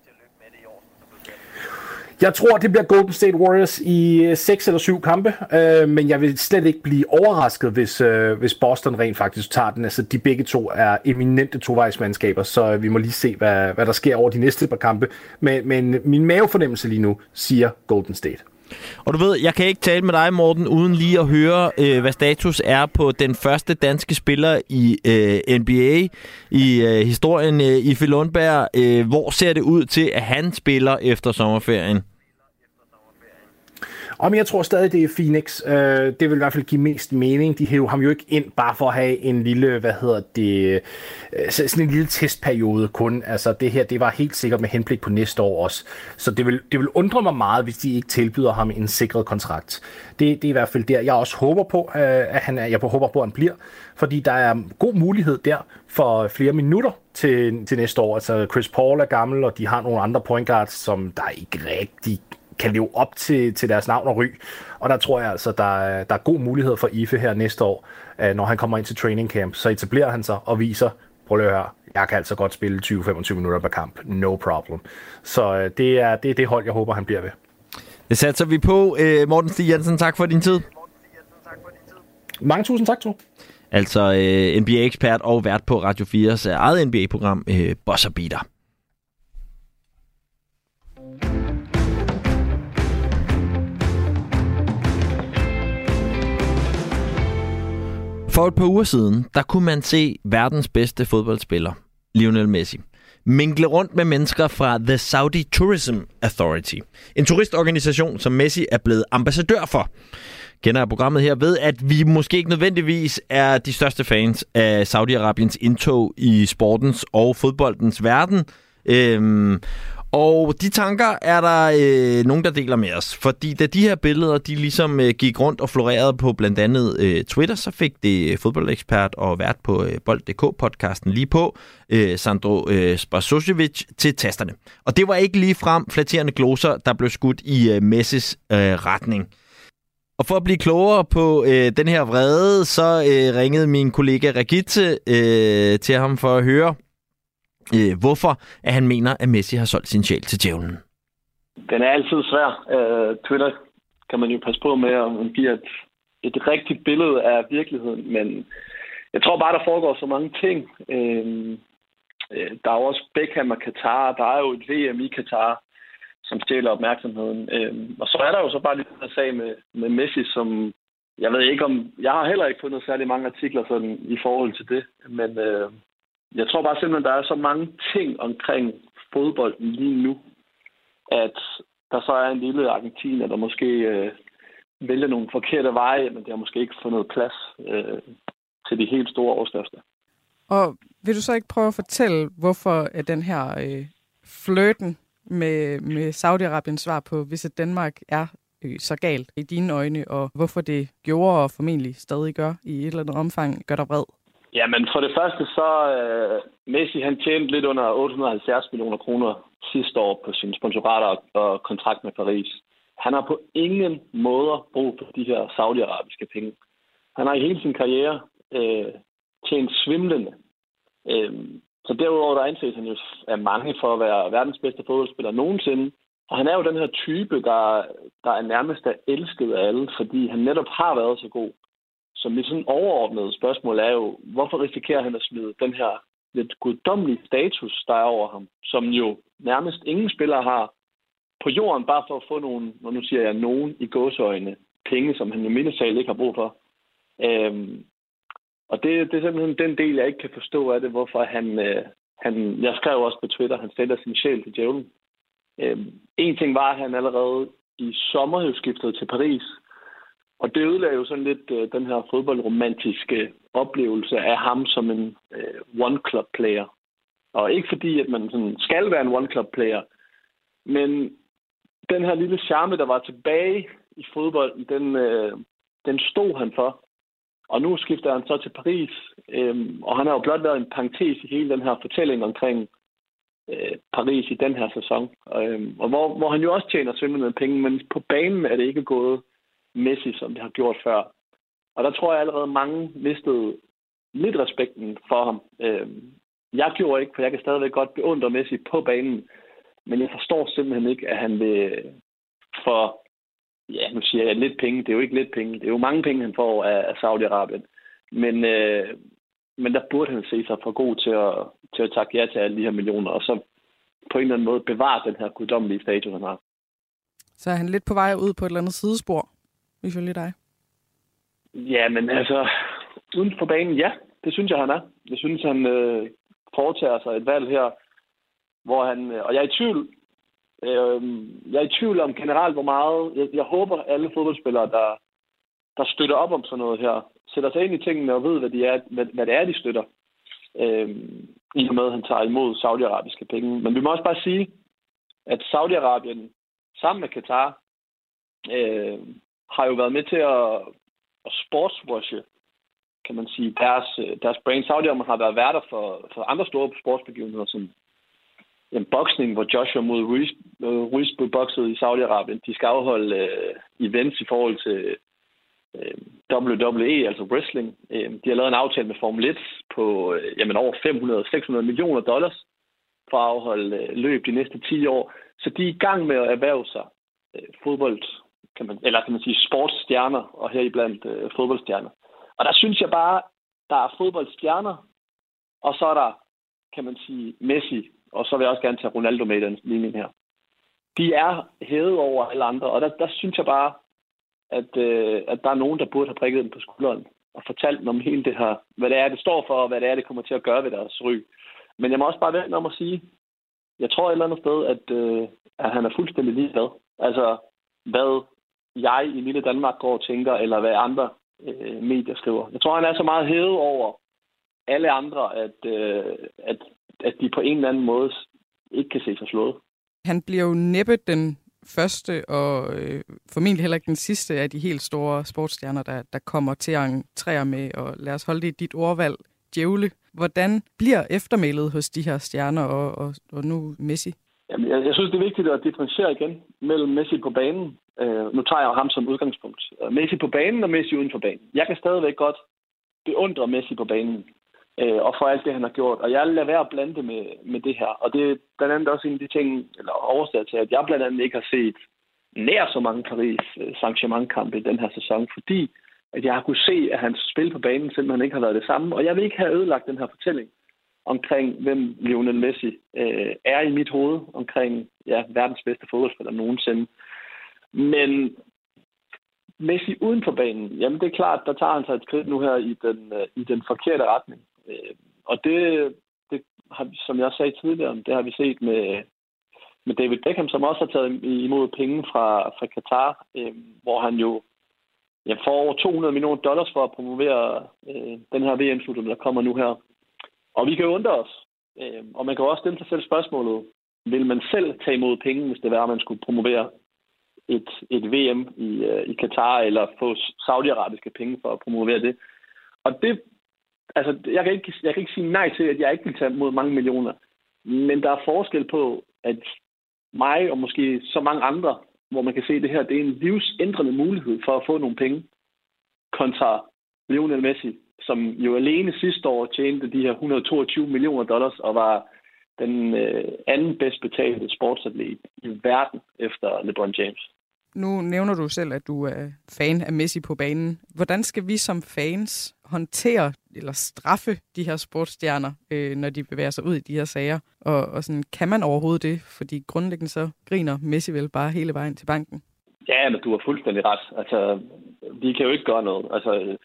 Jeg tror, det bliver Golden State Warriors i 6 eller 7 kampe, men jeg vil slet ikke blive overrasket, hvis Boston rent faktisk tager den. Altså, de begge 2 er eminente tovejsmandskaber, så vi må lige se, hvad der sker over de næste par kampe. Men min mavefornemmelse lige nu siger Golden State. Og du ved, jeg kan ikke tale med dig, Morten, uden lige at høre, hvad status er på den første danske spiller i NBA i historien, Ife Lundberg. Hvor ser det ud til, at han spiller efter sommerferien? Men jeg tror stadig, det er Phoenix. Det vil i hvert fald give mest mening. De hæver ham jo ikke ind bare for at have en lille, sådan en lille testperiode kun. Altså det her, det var helt sikkert med henblik på næste år også. Så det vil undre mig meget, hvis de ikke tilbyder ham en sikret kontrakt. Det er i hvert fald der. Jeg også håber på, at han bliver, fordi der er god mulighed der for flere minutter til næste år. Altså Chris Paul er gammel, og de har nogle andre point guards, som der ikke rigtig kan leve op til deres navn og ry. Og der tror jeg altså, der er god mulighed for Ife her næste år, når han kommer ind til training camp. Så etablerer han sig og viser, prøv lige at høre, jeg kan altså godt spille 20-25 minutter per kamp. No problem. Så det er det hold, jeg håber, han bliver ved. Det satser vi på. Morten Stig Jensen, tak for din tid. Mange tusind tak, Tor. Altså NBA-ekspert og vært på Radio 4's eget NBA-program, Buzzer Beater. For et par uger siden, der kunne man se verdens bedste fodboldspiller, Lionel Messi, minkle rundt med mennesker fra The Saudi Tourism Authority. En turistorganisation, som Messi er blevet ambassadør for. Kender jeg programmet her ved, at vi måske ikke nødvendigvis er de største fans af Saudi-Arabiens indtog i sportens og fodboldens verden. Og de tanker er der nogen, der deler med os. Fordi da de her billeder, de ligesom gik rundt og florerede på blandt andet Twitter, så fik det fodboldekspert og vært på Bold.dk-podcasten lige på, Sandro Spasojevic, til tasterne. Og det var ikke lige frem flatterende gloser, der blev skudt i Messis retning. Og for at blive klogere på den her vrede, så ringede min kollega Regitze til ham for at høre, hvorfor at han mener, at Messi har solgt sin sjæl til djævlen. Den er altid svær. Twitter kan man jo passe på med, at man giver et rigtigt billede af virkeligheden. Men jeg tror bare, der foregår så mange ting. Der er jo også Beckham og Katar. Der er jo et VM i Katar, som stjæler opmærksomheden. Og så er der jo så bare lidt en sag med Messi, som jeg ved ikke om... Jeg har heller ikke fundet særlig mange artikler sådan, i forhold til det. Men jeg tror bare simpelthen, der er så mange ting omkring fodbolden lige nu, at der så er en lille argentiner, der måske vælger nogle forkerte veje, men det har måske ikke fundet plads til de helt store overskrifter. Og vil du så ikke prøve at fortælle, hvorfor den her flirten med Saudi-Arabiens svar på, hvis Danmark er så galt i dine øjne, og hvorfor det gjorde og formentlig stadig gør i et eller andet omfang, gør dig vred? Jamen for det første så Messi han tjente lidt under 870 millioner kroner sidste år på sine sponsorater og kontrakt med Paris. Han har på ingen måder brug for de her saudiarabiske penge. Han har i hele sin karriere tjent svimlende. Så derudover der anses han jo af mange for at være verdens bedste fodboldspiller nogensinde. Og han er jo den her type, der er nærmest elsket af alle, fordi han netop har været så god. Så mit sådan overordnede spørgsmål er jo, hvorfor risikerer han at smide den her lidt guddommelige status, der er over ham, som jo nærmest ingen spillere har på jorden, bare for at få nogle, og nu siger jeg nogen i gåseøjne, penge, som han jo mindst ikke har brug for. Og det er simpelthen den del, jeg ikke kan forstå af det, hvorfor han jeg skrev også på Twitter, han stiller sin sjæl til djævlen. En ting var, at han allerede i sommer jo skiftede til Paris, og det ødelagde jo sådan lidt den her fodboldromantiske oplevelse af ham som en one-club-player. Og ikke fordi, at man sådan skal være en one-club-player, men den her lille charme, der var tilbage i fodbolden, den stod han for. Og nu skifter han så til Paris, og han har jo blot været en parentes i hele den her fortælling omkring Paris i den her sæson. Og hvor han jo også tjener svimlende penge, men på banen er det ikke gået Messi, som det har gjort før. Og der tror jeg allerede mange mistede lidt respekten for ham. Jeg gjorde ikke, for jeg kan stadigvæk godt beundre Messi på banen, men jeg forstår simpelthen ikke, at han vil for, ja, nu siger jeg lidt penge, det er jo ikke lidt penge, det er jo mange penge, han får af Saudi-Arabien. Men der burde han se sig for god til at takke ja til alle de her millioner, og så på en eller anden måde bevare den her guddommelige status, han har. Så er han lidt på vej ud på et eller andet sidespor, ifølge dig? Ja, men altså, uden for banen, ja, det synes jeg, han er. Jeg synes, han foretager sig et valg her, hvor han, og jeg er i tvivl, Jeg er i tvivl om generelt, hvor meget... Jeg håber, alle fodboldspillere, der støtter op om sådan noget her, sætter sig ind i tingene og ved, hvad det er, de støtter. I og med, at han tager imod saudiarabiske penge. Men vi må også bare sige, at Saudi-Arabien sammen med Katar har jo været med til at sportswashe, kan man sige, deres brand. Saudi-Arabien har været værter for andre store sportsbegivenheder, som en boksning, hvor Joshua mod Ruiz blev bokset i Saudi-Arabien. De skal afholde events i forhold til WWE, altså wrestling. De har lavet en aftale med Formel 1 på over $600 millioner for at afholde løb de næste 10 år. Så de er i gang med at erhverve sig fodbold, kan man sige sportsstjerner, og heriblandt fodboldstjerner. Og der synes jeg bare, der er fodboldstjerner, og så er der, kan man sige, Messi, og så vil jeg også gerne tage Ronaldo med i den ligning her. De er hævet over alle andre, og der synes jeg bare, at der er nogen, der burde have prikket dem på skulderen og fortalt dem om hele det her, hvad det er, det står for, og hvad det er, det kommer til at gøre ved deres ry. Men jeg må også bare vente om at sige, jeg tror et eller andet sted, at han er fuldstændig ligeglad. Altså, hvad jeg i lille Danmark går og tænker, eller hvad andre medier skriver. Jeg tror, han er så meget hævet over alle andre, at de på en eller anden måde ikke kan se sig slået. Han bliver jo næppe den første og formentlig heller ikke den sidste af de helt store sportsstjerner, der kommer til at entrere med, og lad os holde det i dit ordvalg, djævle. Hvordan bliver eftermælet hos de her stjerner og nu Messi? Jamen, jeg synes, det er vigtigt at differentiere igen mellem Messi på banen. Nu tager jeg ham som udgangspunkt. Messi på banen og Messi uden for banen. Jeg kan stadigvæk godt beundre Messi på banen og for alt det, han har gjort. Og jeg lader være at blande det med det her. Og det er blandt andet også en af de ting, eller årsager til, at jeg blandt andet ikke har set nær så mange Paris Saint-Germain-kampe i den her sæson, fordi at jeg har kunne se, at hans spil på banen simpelthen ikke har været det samme. Og jeg vil ikke have ødelagt den her fortælling omkring, hvem Lionel Messi er i mit hoved, omkring verdens bedste fodboldspiller nogensinde. Men Messi uden for banen, jamen det er klart, der tager han sig et skridt nu her i den forkerte retning. Og det har vi, som jeg sagde tidligere, det har vi set med David Beckham, som også har taget imod penge fra Katar, hvor han jo får over $200 millioner for at promovere den her VM-slutning, der kommer nu her. Og vi kan jo undre os, og man kan også stille sig selv spørgsmålet, vil man selv tage imod penge, hvis det var, at man skulle promovere et VM i Katar, eller få saudiarabiske penge for at promovere det. Og det, altså, jeg kan ikke sige nej til, at jeg ikke vil tage imod mange millioner. Men der er forskel på, at mig og måske så mange andre, hvor man kan se det her, det er en livsændrende mulighed for at få nogle penge, kontra Lionel Messi, som jo alene sidste år tjente de her $122 millioner og var den anden bedst betalte sportsatlet i verden efter LeBron James. Nu nævner du selv, at du er fan af Messi på banen. Hvordan skal vi som fans håndtere eller straffe de her sportsstjerner, når de bevæger sig ud i de her sager? Og sådan, kan man overhovedet det? Fordi grundlæggende så griner Messi vel bare hele vejen til banken. Ja, men du har fuldstændig ret. Altså, vi kan jo ikke gøre noget. Altså,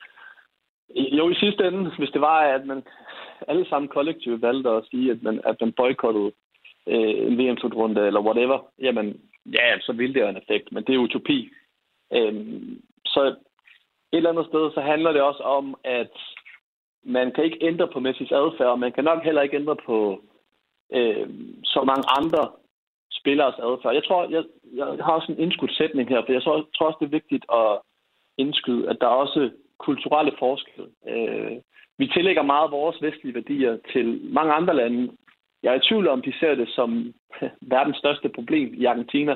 jo, i sidste ende, hvis det var, at man alle sammen kollektivt valgte at sige, at man boykottede en VM-slutrunde eller whatever, jamen, ja, så ville det have en effekt, men det er utopi. Så et eller andet sted, så handler det også om, at man kan ikke ændre på Messis adfærd, og man kan nok heller ikke ændre på så mange andre spilleres adfærd. Jeg tror, jeg har også en indskudt sætning her, for jeg tror også, det er vigtigt at indskyde, at der er også kulturelle forskelle. Vi tillægger meget vores vestlige værdier til mange andre lande. Jeg er i tvivl om, de ser det som verdens største problem i Argentina,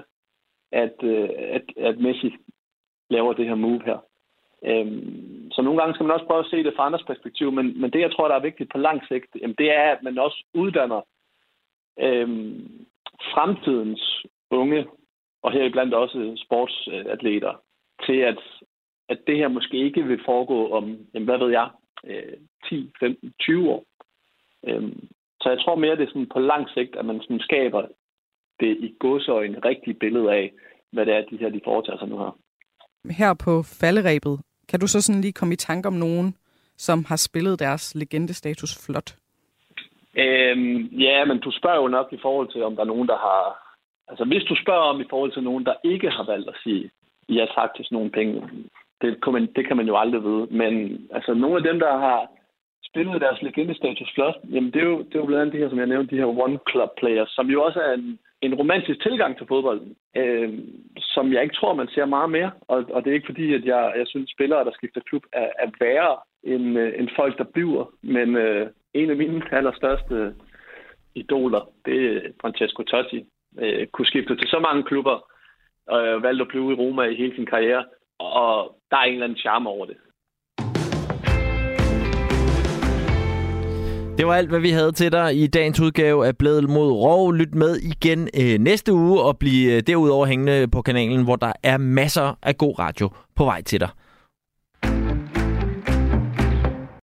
at Messi laver det her move her. Så nogle gange skal man også prøve at se det fra andres perspektiv, men det, jeg tror, der er vigtigt på lang sigt, det er, at man også uddanner fremtidens unge, og heriblandt også sportsatleter, til at det her måske ikke vil foregå om, hvad ved jeg, 10, 15, 20 år. Så jeg tror mere, det er sådan på lang sigt, at man sådan skaber det i gåseøjne rigtige billede af, hvad det er, de foretager sig nu her. Her på falderebet, kan du så sådan lige komme i tanke om nogen, som har spillet deres legendestatus flot? Ja, men du spørger jo nok i forhold til, om der er nogen, der har Altså, hvis du spørger om i forhold til nogen, der ikke har valgt at sige ja tak til sådan nogle penge, det kan man jo aldrig vide. Men altså, nogle af dem, der har spillet deres legendestatus flot, jamen det er jo blandt andet de her, som jeg nævnte, de her one-club-players, som jo også er en romantisk tilgang til fodbolden, som jeg ikke tror, man ser meget mere. Og det er ikke fordi, at jeg synes, spillere, der skifter klub, er værre end folk, der bliver. Men en af mine allerstørste idoler, det er Francesco Totti. Kunne skifte til så mange klubber, og valgte at blive i Roma i hele sin karriere. Og der er en eller anden charme over det. Det var alt, hvad vi havde til dig i dagens udgave af Blædel mod Rov. Lyt med igen næste uge og bliv derudover hængende på kanalen, hvor der er masser af god radio på vej til dig.